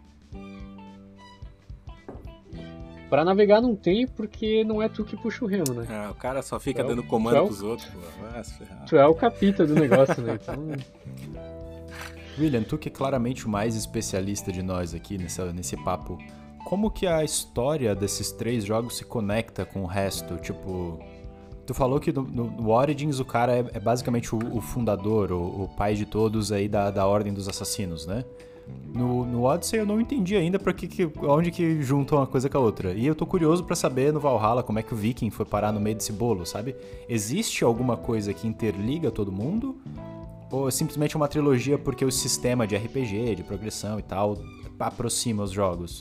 Pra navegar não tem, porque não é tu que puxa o remo, né? Ah, o cara só fica tu dando é o, comando é o, pros outros. Pô. Nossa, tu é o capita do negócio, né? Então... William, tu que é claramente o mais especialista de nós aqui nessa, nesse papo, como que a história desses três jogos se conecta com o resto? Tipo, tu falou que no, no Origins o cara é, é basicamente o, o fundador, o, o pai de todos aí da, da Ordem dos Assassinos, né? No, no Odyssey eu não entendi ainda pra que, que, onde que juntam uma coisa com a outra. E eu tô curioso pra saber no Valhalla como é que o Viking foi parar no meio desse bolo, sabe? Existe alguma coisa que interliga todo mundo? Ou é simplesmente uma trilogia porque o sistema de R P G, de progressão e tal, aproxima os jogos?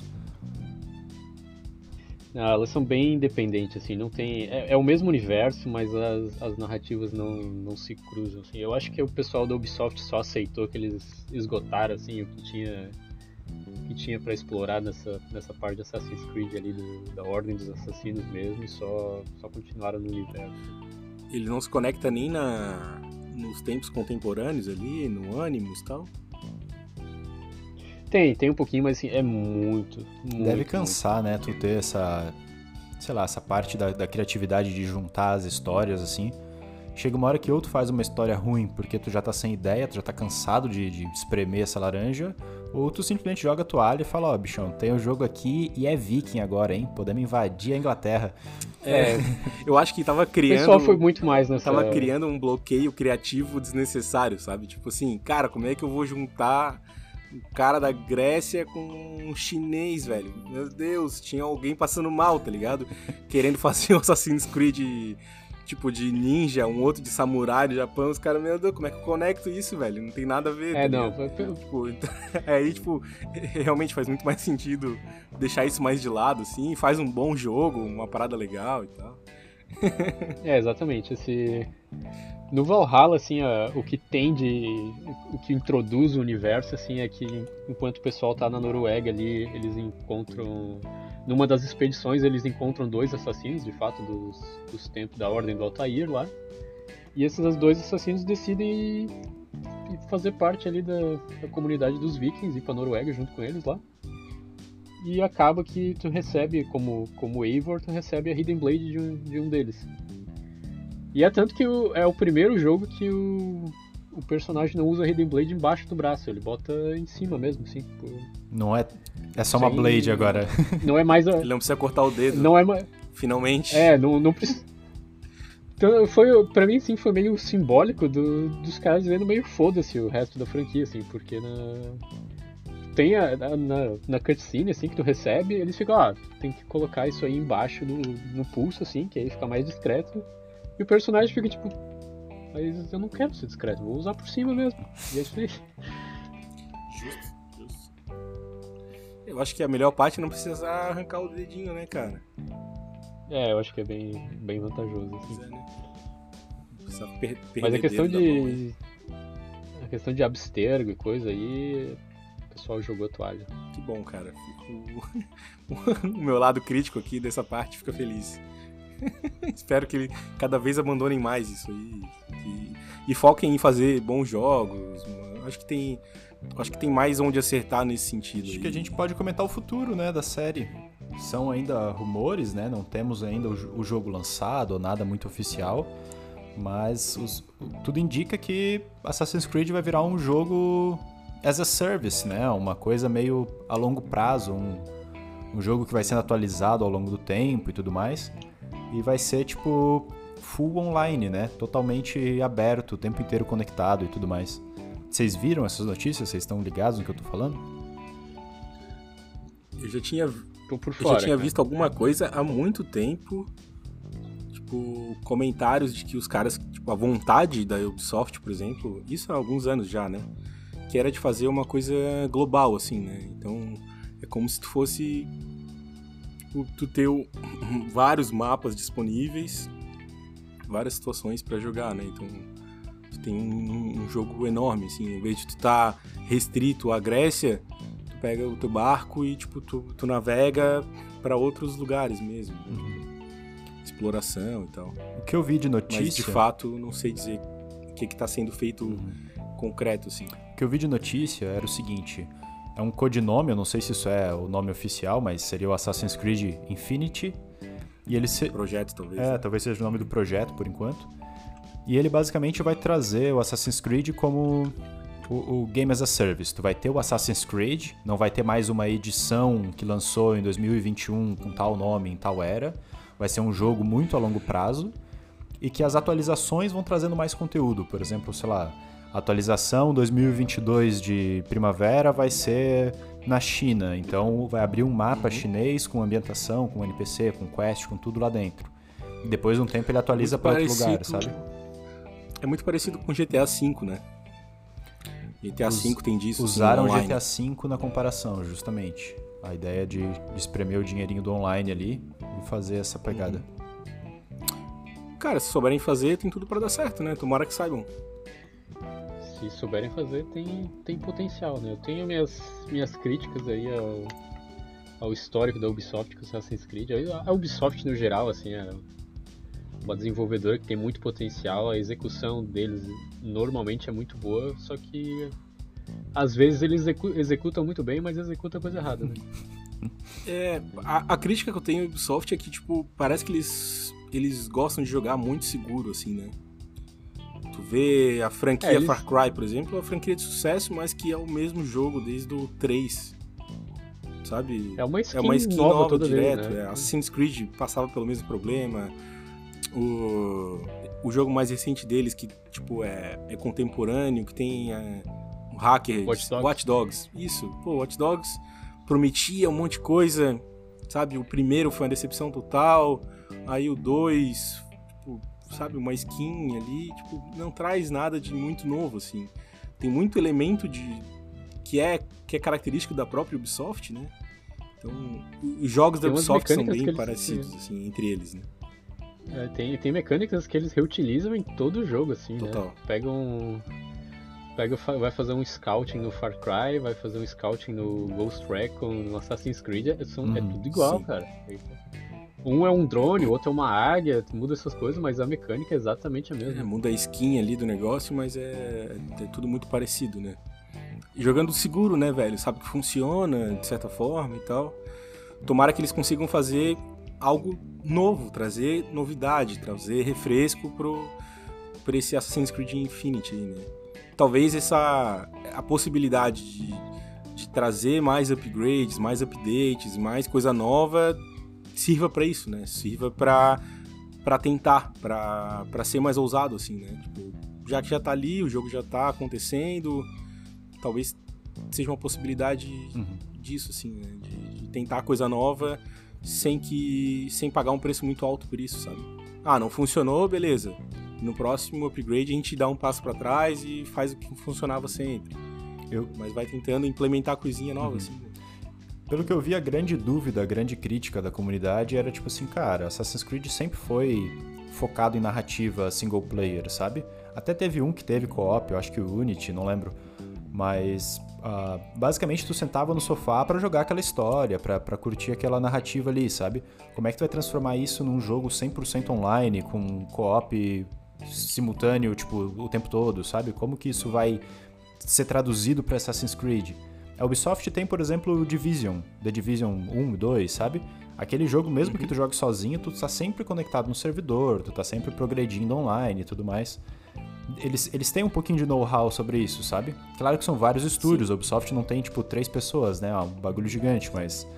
Ah, elas são bem independentes, assim, não tem... É, é o mesmo universo, mas as, as narrativas não, não se cruzam, assim. Eu acho que o pessoal da Ubisoft só aceitou que eles esgotaram, assim, o que tinha, que tinha pra explorar nessa, nessa parte de Assassin's Creed ali, do, da Ordem dos Assassinos mesmo, e só, só continuaram no universo. Ele não se conecta nem na, nos tempos contemporâneos ali, no Animus e tal? Tem, tem um pouquinho, mas assim, é muito, muito Deve cansar, muito. né? Tu ter essa, sei lá, essa parte da, da criatividade de juntar as histórias, assim. Chega uma hora que ou tu faz uma história ruim porque tu já tá sem ideia, tu já tá cansado de, de espremer essa laranja, ou tu simplesmente joga a toalha e fala, ó, oh, bichão, tem um jogo aqui e é viking agora, hein? Podemos invadir a Inglaterra. É, eu acho que tava criando... O pessoal foi muito mais nessa... Tava criando um bloqueio criativo desnecessário, sabe? Tipo assim, cara, como é que eu vou juntar o cara da Grécia com um chinês, velho? Meu Deus, tinha alguém passando mal, tá ligado? Querendo fazer um Assassin's Creed tipo de ninja, um outro de samurai do Japão. Os caras, meu Deus, como é que eu conecto isso, velho? Não tem nada a ver. É, tá não. Tipo, então, aí, tipo, realmente faz muito mais sentido deixar isso mais de lado, assim. Faz um bom jogo, uma parada legal e tal. É, exatamente. Esse... No Valhalla, assim, a, o que tem de... O que introduz o universo, assim, é que enquanto o pessoal tá na Noruega ali, eles encontram... Numa das expedições, eles encontram dois assassinos, de fato, dos, dos tempos da Ordem do Altair lá. E esses dois assassinos decidem fazer parte ali da, da comunidade dos vikings, ir pra Noruega junto com eles lá. E acaba que tu recebe, como, como Eivor, tu recebe a Hidden Blade de um, de um deles. E é tanto que o, é o primeiro jogo que o, o personagem não usa a Hidden Blade embaixo do braço, ele bota em cima mesmo, assim. Por... Não é... É só uma Sem... Blade agora. Não é mais a... Ele não precisa cortar o dedo. Não é mais... Finalmente. É, não, não precisa... Então, foi, pra mim, sim, foi meio simbólico do, dos caras vendo meio foda-se o resto da franquia, assim, porque na... Tem a, na, na cutscene, assim, que tu recebe, eles ficam, ó, ah, tem que colocar isso aí embaixo no, no pulso, assim, que aí fica mais discreto. E o personagem fica, tipo, mas eu não quero ser discreto, vou usar por cima mesmo. E é isso aí. Justo, justo. Eu acho que a melhor parte é não precisar arrancar o dedinho, né, cara? É, eu acho que é bem, bem vantajoso, assim. É, né? Precisa per- perder Mas a questão dedo da mão, né? de... A questão de abstergo e coisa aí... O pessoal jogou a toalha. Que bom, cara. Fico... o meu lado crítico aqui dessa parte fica feliz. Espero que cada vez abandonem mais isso aí. E, e foquem em fazer bons jogos. Acho que tem, acho que tem mais onde acertar nesse sentido. Acho aí. que a gente pode comentar o futuro, né, da série. São ainda rumores, né? Não temos ainda o, o jogo lançado ou nada muito oficial. Mas os, tudo indica que Assassin's Creed vai virar um jogo as a service, né? Uma coisa meio a longo prazo. Um, um jogo que vai sendo atualizado ao longo do tempo e tudo mais. E vai ser, tipo, full online, né? Totalmente aberto, o tempo inteiro conectado e tudo mais. Vocês viram essas notícias? Vocês estão ligados no que eu tô falando? Eu já tinha, Tô por eu fora, já tinha cara. visto alguma coisa há muito tempo. Tipo, comentários de que os caras... Tipo, a vontade da Ubisoft, por exemplo... Isso há alguns anos já, né? Que era de fazer uma coisa global, assim, né? Então, é como se tu fosse... tu ter vários mapas disponíveis, várias situações pra jogar, né? Então, tu tem um, um jogo enorme, assim. Em vez de tu tá restrito à Grécia, tu pega o teu barco e, tipo, tu, tu navega pra outros lugares mesmo. Uhum. Exploração e tal. O que eu vi de notícia... Mas, de fato, não sei dizer o que que tá sendo feito Uhum. concreto, assim. O que eu vi de notícia era o seguinte... É um codinome, eu não sei se isso é o nome oficial, mas seria o Assassin's Creed Infinity. E ele se... Projeto, talvez. É, talvez seja o nome do projeto, por enquanto. E ele basicamente vai trazer o Assassin's Creed como o, o Game as a Service. Tu vai ter o Assassin's Creed, não vai ter mais uma edição que lançou em dois mil e vinte e um com tal nome, em tal era. Vai ser um jogo muito a longo prazo. E que as atualizações vão trazendo mais conteúdo. Por exemplo, sei lá... atualização dois mil e vinte e dois de primavera vai ser na China, então vai abrir um mapa uhum. chinês com ambientação, com N P C, com quest, com tudo lá dentro. E depois de um tempo ele atualiza para outro lugar, sabe? É muito parecido com G T A cinco, né? G T A cinco tem disso. Usaram o G T A cinco na comparação, justamente. A ideia de, de espremer o dinheirinho do online ali e fazer essa pegada. Uhum. Cara, se souberem fazer, tem tudo pra dar certo, né? Tomara que saibam. Se souberem fazer, tem, tem potencial, né? Eu tenho minhas, minhas críticas aí ao, ao histórico da Ubisoft com Assassin's Creed. A Ubisoft, no geral, assim, é uma desenvolvedora que tem muito potencial. A execução deles normalmente é muito boa, só que às vezes eles execu- executam muito bem, mas executam a coisa errada, né? É, a, a crítica que eu tenho ao Ubisoft é que, tipo, parece que eles, eles gostam de jogar muito seguro, assim, né? Tu vê a franquia é, eles... Far Cry, por exemplo, é uma franquia de sucesso, mas que é o mesmo jogo desde o três, sabe? É uma skin, é uma skin nova, nova toda direto. Vez, né? é. Assassin's Creed passava pelo mesmo problema. O, o jogo mais recente deles, que tipo, é, é contemporâneo, que tem é, um hacker... Watch Dogs. Watch Dogs. Isso. Pô, Watch Dogs prometia um monte de coisa, sabe? O primeiro foi uma decepção total, aí o dois... Tipo, sabe, uma skin ali, tipo, não traz nada de muito novo, assim. Tem muito elemento de que é, que é característico da própria Ubisoft, né? Então, os jogos da Ubisoft são bem parecidos, eles... assim, entre eles, né? É, tem, tem mecânicas que eles reutilizam em todo o jogo, assim, Total. né? Pega um... Pega, vai fazer um scouting no Far Cry, vai fazer um scouting no Ghost Recon, no Assassin's Creed, é, são, uhum, é tudo igual, sim. cara. Um é um drone, o outro é uma águia, muda essas coisas, mas a mecânica é exatamente a mesma. É, muda a skin ali do negócio, mas é, é tudo muito parecido, né? E jogando seguro, né, velho? Sabe que funciona, de certa forma e tal. Tomara que eles consigam fazer algo novo, trazer novidade, trazer refresco pro, pra esse Assassin's Creed Infinity aí, né? Talvez essa a possibilidade de, de trazer mais upgrades, mais updates, mais coisa nova... sirva pra isso, né? Sirva pra, pra tentar, pra, pra ser mais ousado, assim, né? Tipo, já que já tá ali, o jogo já tá acontecendo, talvez seja uma possibilidade uhum. disso, assim, né? De, de tentar coisa nova sem que sem pagar um preço muito alto por isso, sabe? Ah, não funcionou, beleza. No próximo upgrade a gente dá um passo pra trás e faz o que funcionava sempre. Eu... Mas vai tentando implementar coisinha nova, uhum. assim, né? Pelo que eu vi, a grande dúvida, a grande crítica da comunidade era tipo assim, cara, Assassin's Creed sempre foi focado em narrativa single player, sabe? Até teve um que teve co-op, eu acho que o Unity, não lembro. Mas, uh, basicamente, tu sentava no sofá pra jogar aquela história, pra, pra curtir aquela narrativa ali, sabe? Como é que tu vai transformar isso num jogo cem por cento online, com co-op simultâneo, tipo, o tempo todo, sabe? Como que isso vai ser traduzido pra Assassin's Creed? A Ubisoft tem, por exemplo, o Division, The Division um e dois, sabe? Aquele jogo, mesmo uhum. que tu jogue sozinho, tu tá sempre conectado no servidor, tu tá sempre progredindo online e tudo mais. Eles, eles têm um pouquinho de know-how sobre isso, sabe? Claro que são vários estúdios, Sim. a Ubisoft não tem, tipo, três pessoas, né? É um bagulho gigante, mas...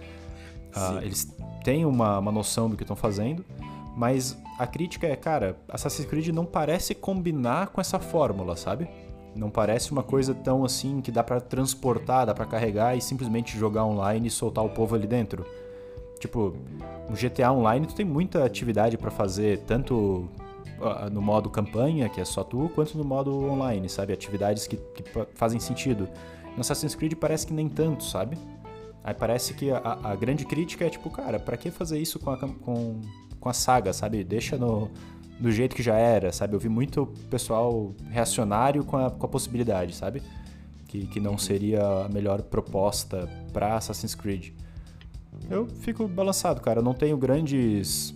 Uh, eles têm uma, uma noção do que estão fazendo, mas a crítica é, cara, Assassin's Creed não parece combinar com essa fórmula, sabe? Não parece uma coisa tão assim que dá pra transportar, dá pra carregar e simplesmente jogar online e soltar o povo ali dentro. Tipo, no G T A Online tu tem muita atividade pra fazer, tanto no modo campanha, que é só tu, quanto no modo online, sabe? Atividades que, que fazem sentido. No Assassin's Creed parece que nem tanto, sabe? Aí parece que a, a grande crítica é tipo, cara, pra que fazer isso com a, com, com a saga, sabe? Deixa no... do jeito que já era, sabe? Eu vi muito pessoal reacionário com a, com a possibilidade, sabe? Que, que não seria a melhor proposta pra Assassin's Creed. Eu fico balançado, cara. Eu não tenho grandes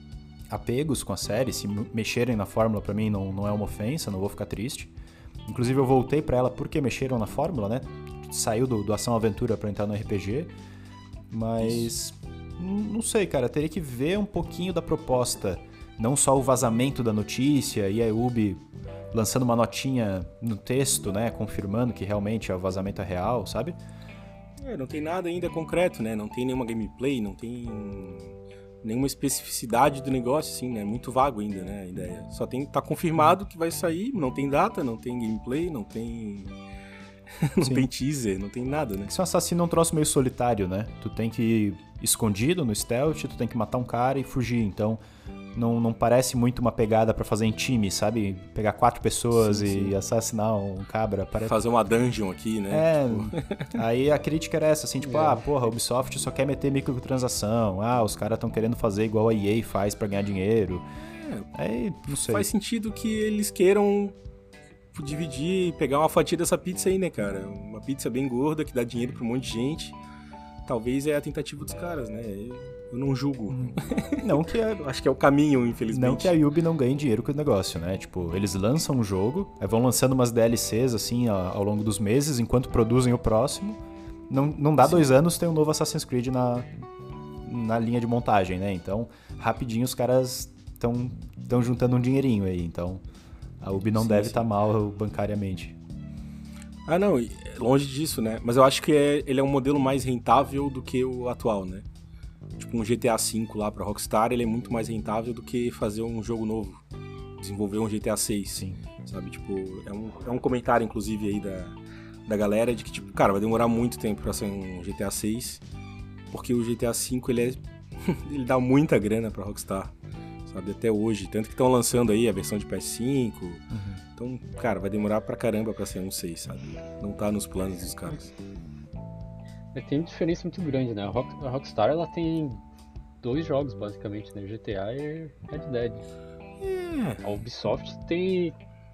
apegos com a série. Se mexerem na fórmula, pra mim, não, não é uma ofensa, não vou ficar triste. Inclusive, eu voltei pra ela porque mexeram na fórmula, né? Saiu do, do Ação-Aventura pra entrar no R P G. Mas, não sei, cara. Teria que ver um pouquinho da proposta. Não só o vazamento da notícia e a Ubi lançando uma notinha no texto, né, confirmando que realmente o vazamento é real, sabe? É, não tem nada ainda concreto, né? Não tem nenhuma gameplay, não tem nenhuma especificidade do negócio, assim, né? Muito vago ainda, né, a ideia. Só tem, tá confirmado que vai sair, não tem data, não tem gameplay, não tem... não Sim. tem teaser, não tem nada, né? Esse assassino é um troço meio solitário, né? Tu tem que ir escondido no stealth, tu tem que matar um cara e fugir, então não, não parece muito uma pegada pra fazer em time, sabe? Pegar quatro pessoas Sim, e sim. assassinar um cabra. Parece... Fazer uma dungeon aqui, né? É, Tipo, aí a crítica era essa, assim, tipo, É. ah, porra, a Ubisoft só quer meter microtransação, ah, os caras estão querendo fazer igual a E A faz pra ganhar dinheiro. Aí, não sei. faz sentido que eles queiram dividir, pegar uma fatia dessa pizza aí, né, cara? Uma pizza bem gorda que dá dinheiro pra um monte de gente. Talvez é a tentativa dos caras, né? Eu não julgo. Não que a, Acho que é o caminho, infelizmente. não que a Ubi não ganhe dinheiro com o negócio, né? Tipo, eles lançam um jogo, aí vão lançando umas D L Cs, assim, ao, ao longo dos meses, enquanto produzem o próximo. Não, não dá Sim. dois anos, tem um novo Assassin's Creed na, na linha de montagem, né? Então, rapidinho os caras estão estão juntando um dinheirinho aí, então a Ubi não Sim, deve sim. estar mal bancariamente. Ah, não, e- longe disso, né? Mas eu acho que é- ele é um modelo mais rentável do que o atual, né? Tipo, um G T A cinco lá pra Rockstar, ele é muito mais rentável do que fazer um jogo novo. Desenvolver um G T A seis, Sim. sabe? Tipo, é um, é um comentário, inclusive, aí da, da galera de que, tipo, cara, vai demorar muito tempo pra ser um G T A seis, porque o G T A cinco, ele é... ele dá muita grana pra Rockstar, sabe? Até hoje. Tanto que estão lançando aí a versão de P S cinco. Então, cara, vai demorar pra caramba pra ser um seis, sabe? Não tá nos planos dos caras. É, tem diferença muito grande, né? A, Rock, a Rockstar, ela tem dois jogos, basicamente, né? G T A e Red Dead. É, A Ubisoft tem...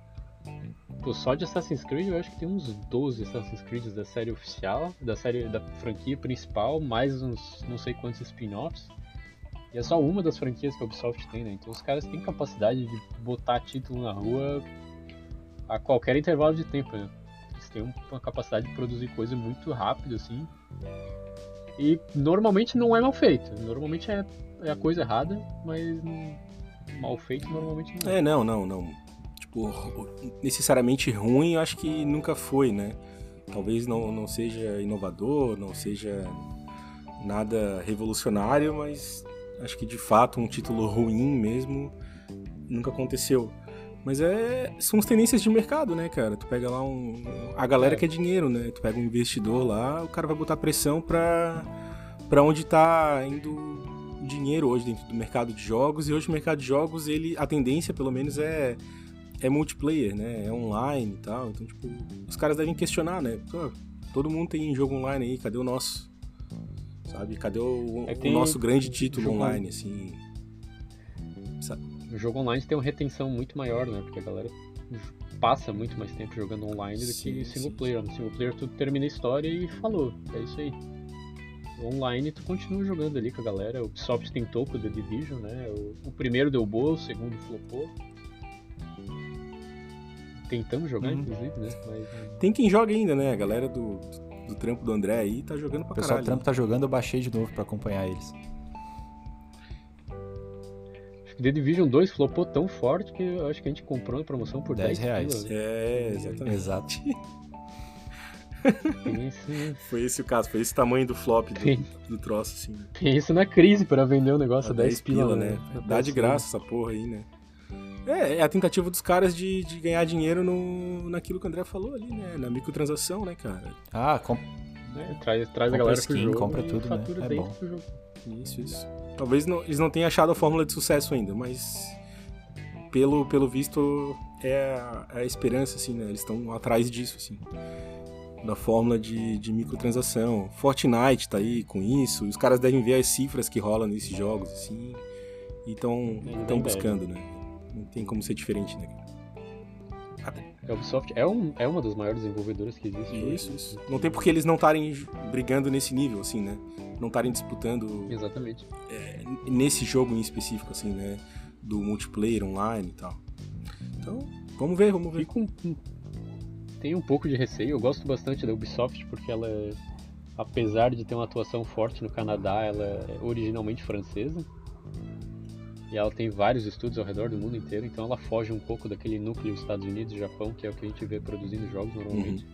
Pô, só de Assassin's Creed eu acho que tem uns doze Assassin's Creed da série oficial, da série da franquia principal, mais uns não sei quantos spin-offs. E é só uma das franquias que a Ubisoft tem, né? Então os caras têm capacidade de botar título na rua a qualquer intervalo de tempo, né? Eles têm uma capacidade de produzir coisa muito rápido, assim. E normalmente não é mal feito. Normalmente é, é a coisa errada, mas não- mal feito normalmente não é. é, não, não, não. Tipo, necessariamente ruim, eu acho que nunca foi, né? Talvez não, não seja inovador, não seja nada revolucionário, mas acho que de fato um título ruim mesmo nunca aconteceu. Mas é, são as tendências de mercado, né, cara? Tu pega lá um... A galera É. quer dinheiro, né? Tu pega um investidor lá, o cara vai botar pressão pra, pra onde tá indo o dinheiro hoje dentro do mercado de jogos. E hoje o mercado de jogos, ele, a tendência, pelo menos, é, é multiplayer, né? É online e tal. Então, tipo, os caras devem questionar, né? Pô, todo mundo tem jogo online aí, cadê o nosso? Sabe? Cadê o, É, o tem nosso grande título jogo- online, assim? Sabe? O jogo online tem uma retenção muito maior, né? Porque a galera passa muito mais tempo jogando online do Sim, que single sim, player. No single player tu termina a história e falou, é isso aí. Online tu continua jogando ali com a galera. O Ubisoft tentou com o The Division, né? O, o primeiro deu boa, o segundo flopou. Tentamos jogar, Uhum. inclusive, né? Mas Tem quem joga ainda, né? A galera do, do trampo do André aí tá jogando pra O pessoal caralho. do trampo tá jogando, eu baixei de novo pra acompanhar eles. acho que The Division dois flopou tão forte que eu acho que a gente comprou na promoção por dez dez reais. pila, né? É, exatamente. Exato. Tem esse- Foi esse o caso, foi esse tamanho do flop do, Sim. do troço, assim. tem isso na crise pra vender o negócio a A dez pila, né? né? Dá de graça essa porra aí, né? É, é a tentativa dos caras de, de ganhar dinheiro no, naquilo que o André falou ali, né? Na microtransação, né, cara? Ah, com... Né? Traz, traz Compra a galera pro skin, jogo compra e tudo, né? fatura É dentro bom. do jogo. Isso, isso. Talvez não- eles não tenham achado a fórmula de sucesso ainda, mas pelo, pelo visto é a, é a esperança, assim, né? Eles estão atrás disso, assim. Da fórmula de, de microtransação. Fortnite tá aí com isso. Os caras devem ver as cifras que rolam nesses jogos, assim. E estão bem buscando, né? Não tem como ser diferente, né? A Ubisoft é, um, é uma das maiores desenvolvedoras que existe. hoje, Isso, né? isso. Não tem porque eles não estarem brigando nesse nível, assim, né? Não estarem disputando Exatamente. é, nesse jogo em específico, assim, né? Do multiplayer online e tal. Então, vamos ver, vamos ver. Fico um, um- tenho um pouco de receio. Eu gosto bastante da Ubisoft porque ela, é- apesar de ter uma atuação forte no Canadá, ela é originalmente francesa. E ela tem vários estúdios ao redor do mundo inteiro, então ela foge um pouco daquele núcleo Estados Unidos e Japão, que é o que a gente vê produzindo jogos normalmente.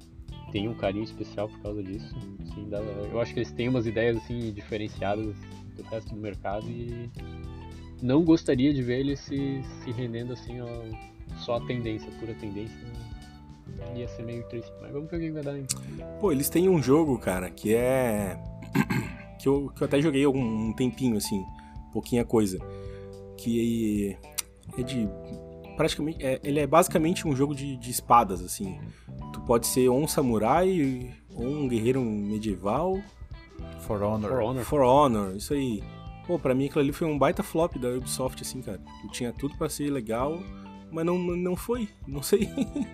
Tem um carinho especial por causa disso. Assim, dá- eu acho que eles têm umas ideias assim diferenciadas do resto do mercado e não gostaria de ver ele se, se rendendo assim ó, só a tendência, pura tendência. Ia ser meio triste, mas vamos ver o que vai dar ainda. Pô, eles têm um jogo, cara, que é... que, eu, que eu até joguei algum um tempinho, assim, pouquinha coisa. Que é de... praticamente... É, ele é basicamente um jogo de, de espadas, assim. Tu pode ser ou um samurai, ou um guerreiro medieval. For Honor. For Honor. For Honor, isso aí. Pô, pra mim aquilo ali foi um baita flop da Ubisoft, assim, cara. Eu tinha tudo pra ser legal, mas não, não foi, não sei.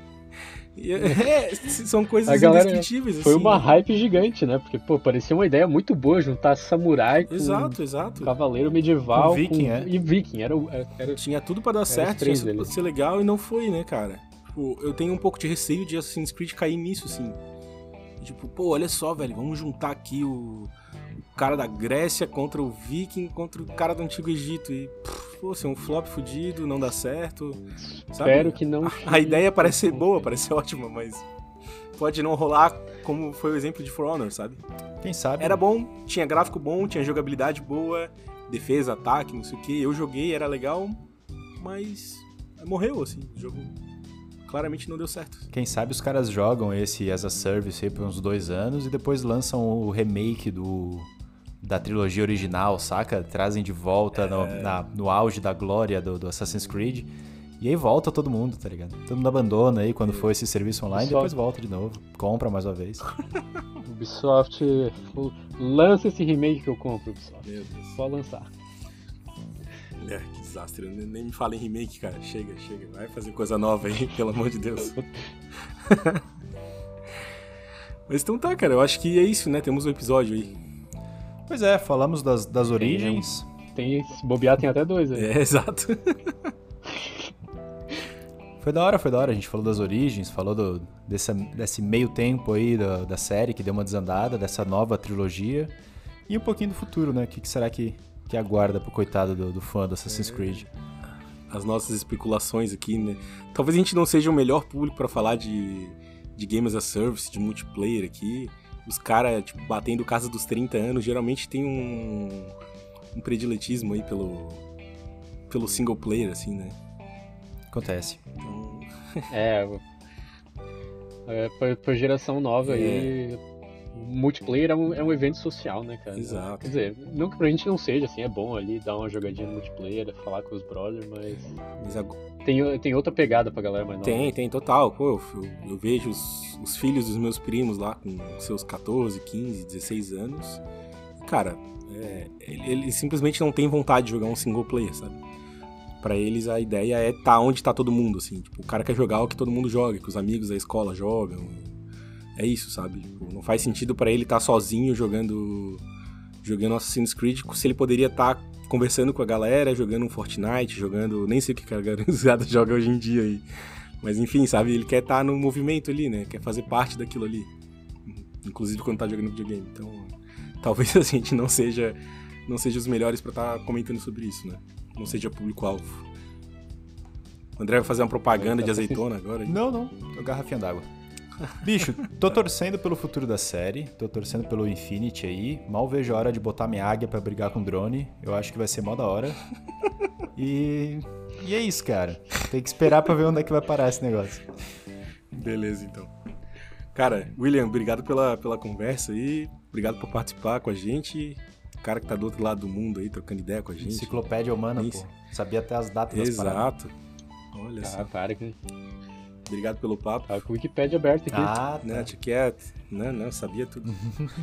É, são coisas indescritíveis, assim. Foi uma hype gigante, né? Porque, pô, parecia uma ideia muito boa juntar samurai com exato, exato. cavaleiro medieval com viking, com... É. e viking. Era, era... Tinha tudo pra dar certo, tinha tudo pra ser legal e não foi, né, cara? Tipo, eu tenho um pouco de receio de Assassin's Creed cair nisso, assim. Tipo, pô, olha só, velho, vamos juntar aqui o, o cara da Grécia contra o viking, contra o cara do Antigo Egito e, pô, ser um flop fudido, não dá certo, sabe? Espero que não... A, a ideia parece ser boa, parece ser ótima, mas pode não rolar como foi o exemplo de For Honor, sabe? Quem sabe? Era bom, tinha gráfico bom, tinha jogabilidade boa, defesa, ataque, não sei o que. Eu joguei, era legal, mas morreu, assim, o jogo... claramente não deu certo. Quem sabe os caras jogam esse as a Service aí por uns dois anos e depois lançam o remake do, da trilogia original, saca? Trazem de volta é... no, na, no auge da glória do, do Assassin's Creed. E aí volta todo mundo, tá ligado? Todo mundo abandona aí quando for esse serviço online e depois volta de novo. Compra mais uma vez. Ubisoft, lança esse remake que eu compro, Ubisoft. Meu Deus. Só lançar. É, que desastre. Nem me fala em remake, cara. Chega, chega. Vai fazer coisa nova aí, pelo amor de Deus. Mas então tá, cara. Eu acho que é isso, né? Temos um episódio aí. Pois é, falamos das, das origens. Tem, tem, se bobear, tem até dois aí. É, exato. Foi da hora, foi da hora. A gente falou das origens, falou do, desse, desse meio tempo aí da, da série que deu uma desandada, dessa nova trilogia. E um pouquinho do futuro, né? O que, que será que... que aguarda pro coitado do, do fã do Assassin's Creed. As nossas especulações aqui, né? Talvez a gente não seja o melhor público pra falar de, de Game as a Service, de multiplayer aqui. Os caras, tipo, batendo casa dos trinta anos, geralmente tem um, um prediletismo aí pelo, pelo single player, assim, né? Acontece. Então... é, é pra, pra geração nova é. aí... multiplayer é um, é um evento social, né, cara? Exato. Quer dizer, não que pra gente não seja, assim, é bom ali dar uma jogadinha no multiplayer, falar com os brothers, mas... mas agora... tem, tem outra pegada pra galera mais nova. Tem, tem, total. Pô, eu, eu vejo os, os filhos dos meus primos lá com seus catorze, quinze, dezesseis anos. Cara, é, eles simplesmente não têm vontade de jogar um single player, sabe? Pra eles a ideia é estar tá onde tá todo mundo, assim. Tipo, o cara quer jogar o que todo mundo joga, que os amigos da escola jogam. É isso, sabe? Tipo, não faz sentido pra ele estar tá sozinho jogando jogando Assassin's Creed, se ele poderia estar tá conversando com a galera, jogando um Fortnite, jogando... nem sei o que a galera joga hoje em dia aí. Mas enfim, sabe? Ele quer estar tá no movimento ali, né? Quer fazer parte daquilo ali. Inclusive quando tá jogando videogame. Então, talvez a gente não seja, não seja os melhores pra estar tá comentando sobre isso, né? Não seja público-alvo. O André vai fazer uma propaganda de azeitona agora? Não, não. Tô garrafinha d'água. Bicho, tô torcendo pelo futuro da série, tô torcendo pelo Infinity aí, mal vejo a hora de botar minha águia pra brigar com o drone, eu acho que vai ser mó da hora. E, e é isso, cara, tem que esperar pra ver onde é que vai parar esse negócio. Beleza, então. Cara, William, obrigado pela, pela conversa aí, obrigado por participar com a gente, o cara que tá do outro lado do mundo aí, trocando ideia com a gente. Enciclopédia humana, isso. Pô, sabia até as datas das paradas. Exato. Olha ah, só. Para que... Obrigado pelo papo. Tá com o Wikipedia aberto aqui. Ah, tá. Né, quieto. Não, não, sabia tudo.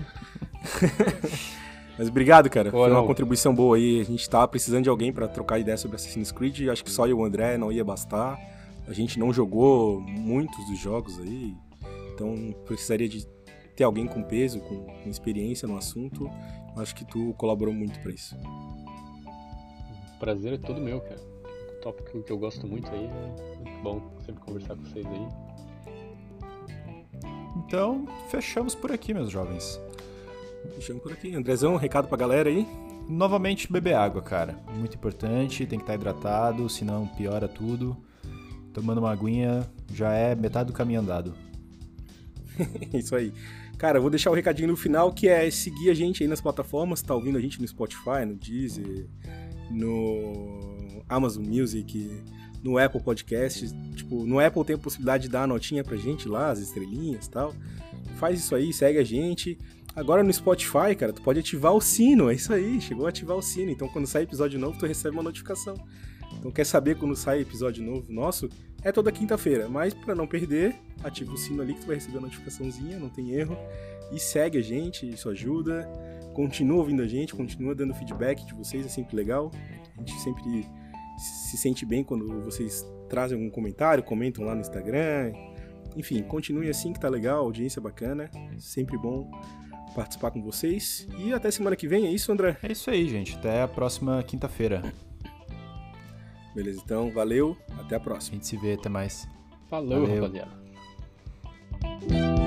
Mas obrigado, cara. Pô, Foi uma não. contribuição boa aí. A gente tava precisando de alguém pra trocar ideia sobre Assassin's Creed. Acho que só eu e o André não ia bastar. A gente não jogou muitos dos jogos aí. Então precisaria de ter alguém com peso, com, com experiência no assunto. Acho que tu colaborou muito pra isso. O prazer é todo meu, cara. Tópico que eu gosto muito aí, é muito bom sempre conversar com vocês aí. Então, fechamos por aqui, meus jovens. Fechamos por aqui. Andrezão, um recado pra galera aí? Novamente, beber água, cara. Muito importante, tem que estar hidratado, senão piora tudo. Tomando uma aguinha já é metade do caminho andado. Isso aí. Cara, eu vou deixar o recadinho no final, que é seguir a gente aí nas plataformas, tá ouvindo a gente no Spotify, no Deezer, no Amazon Music, no Apple Podcasts. Tipo, no Apple tem a possibilidade de dar a notinha pra gente lá, as estrelinhas e tal. Faz isso aí, segue a gente. Agora no Spotify, cara, tu pode ativar o sino, é isso aí, chegou a ativar o sino. Então quando sai episódio novo, tu recebe uma notificação. Então quer saber quando sai episódio novo nosso? É toda quinta-feira, mas pra não perder, ativa o sino ali que tu vai receber a notificaçãozinha, não tem erro. E segue a gente, isso ajuda. Continua ouvindo a gente, continua dando feedback de vocês, é sempre legal. A gente sempre se sente bem quando vocês trazem algum comentário, comentam lá no Instagram. Enfim, continue assim que tá legal, audiência bacana, sempre bom participar com vocês. E até semana que vem, é isso, André? É isso aí, gente. Até a próxima quinta-feira. Beleza, então, valeu, até a A próxima. gente se vê, até mais. Falou, Valeu. rapaziada.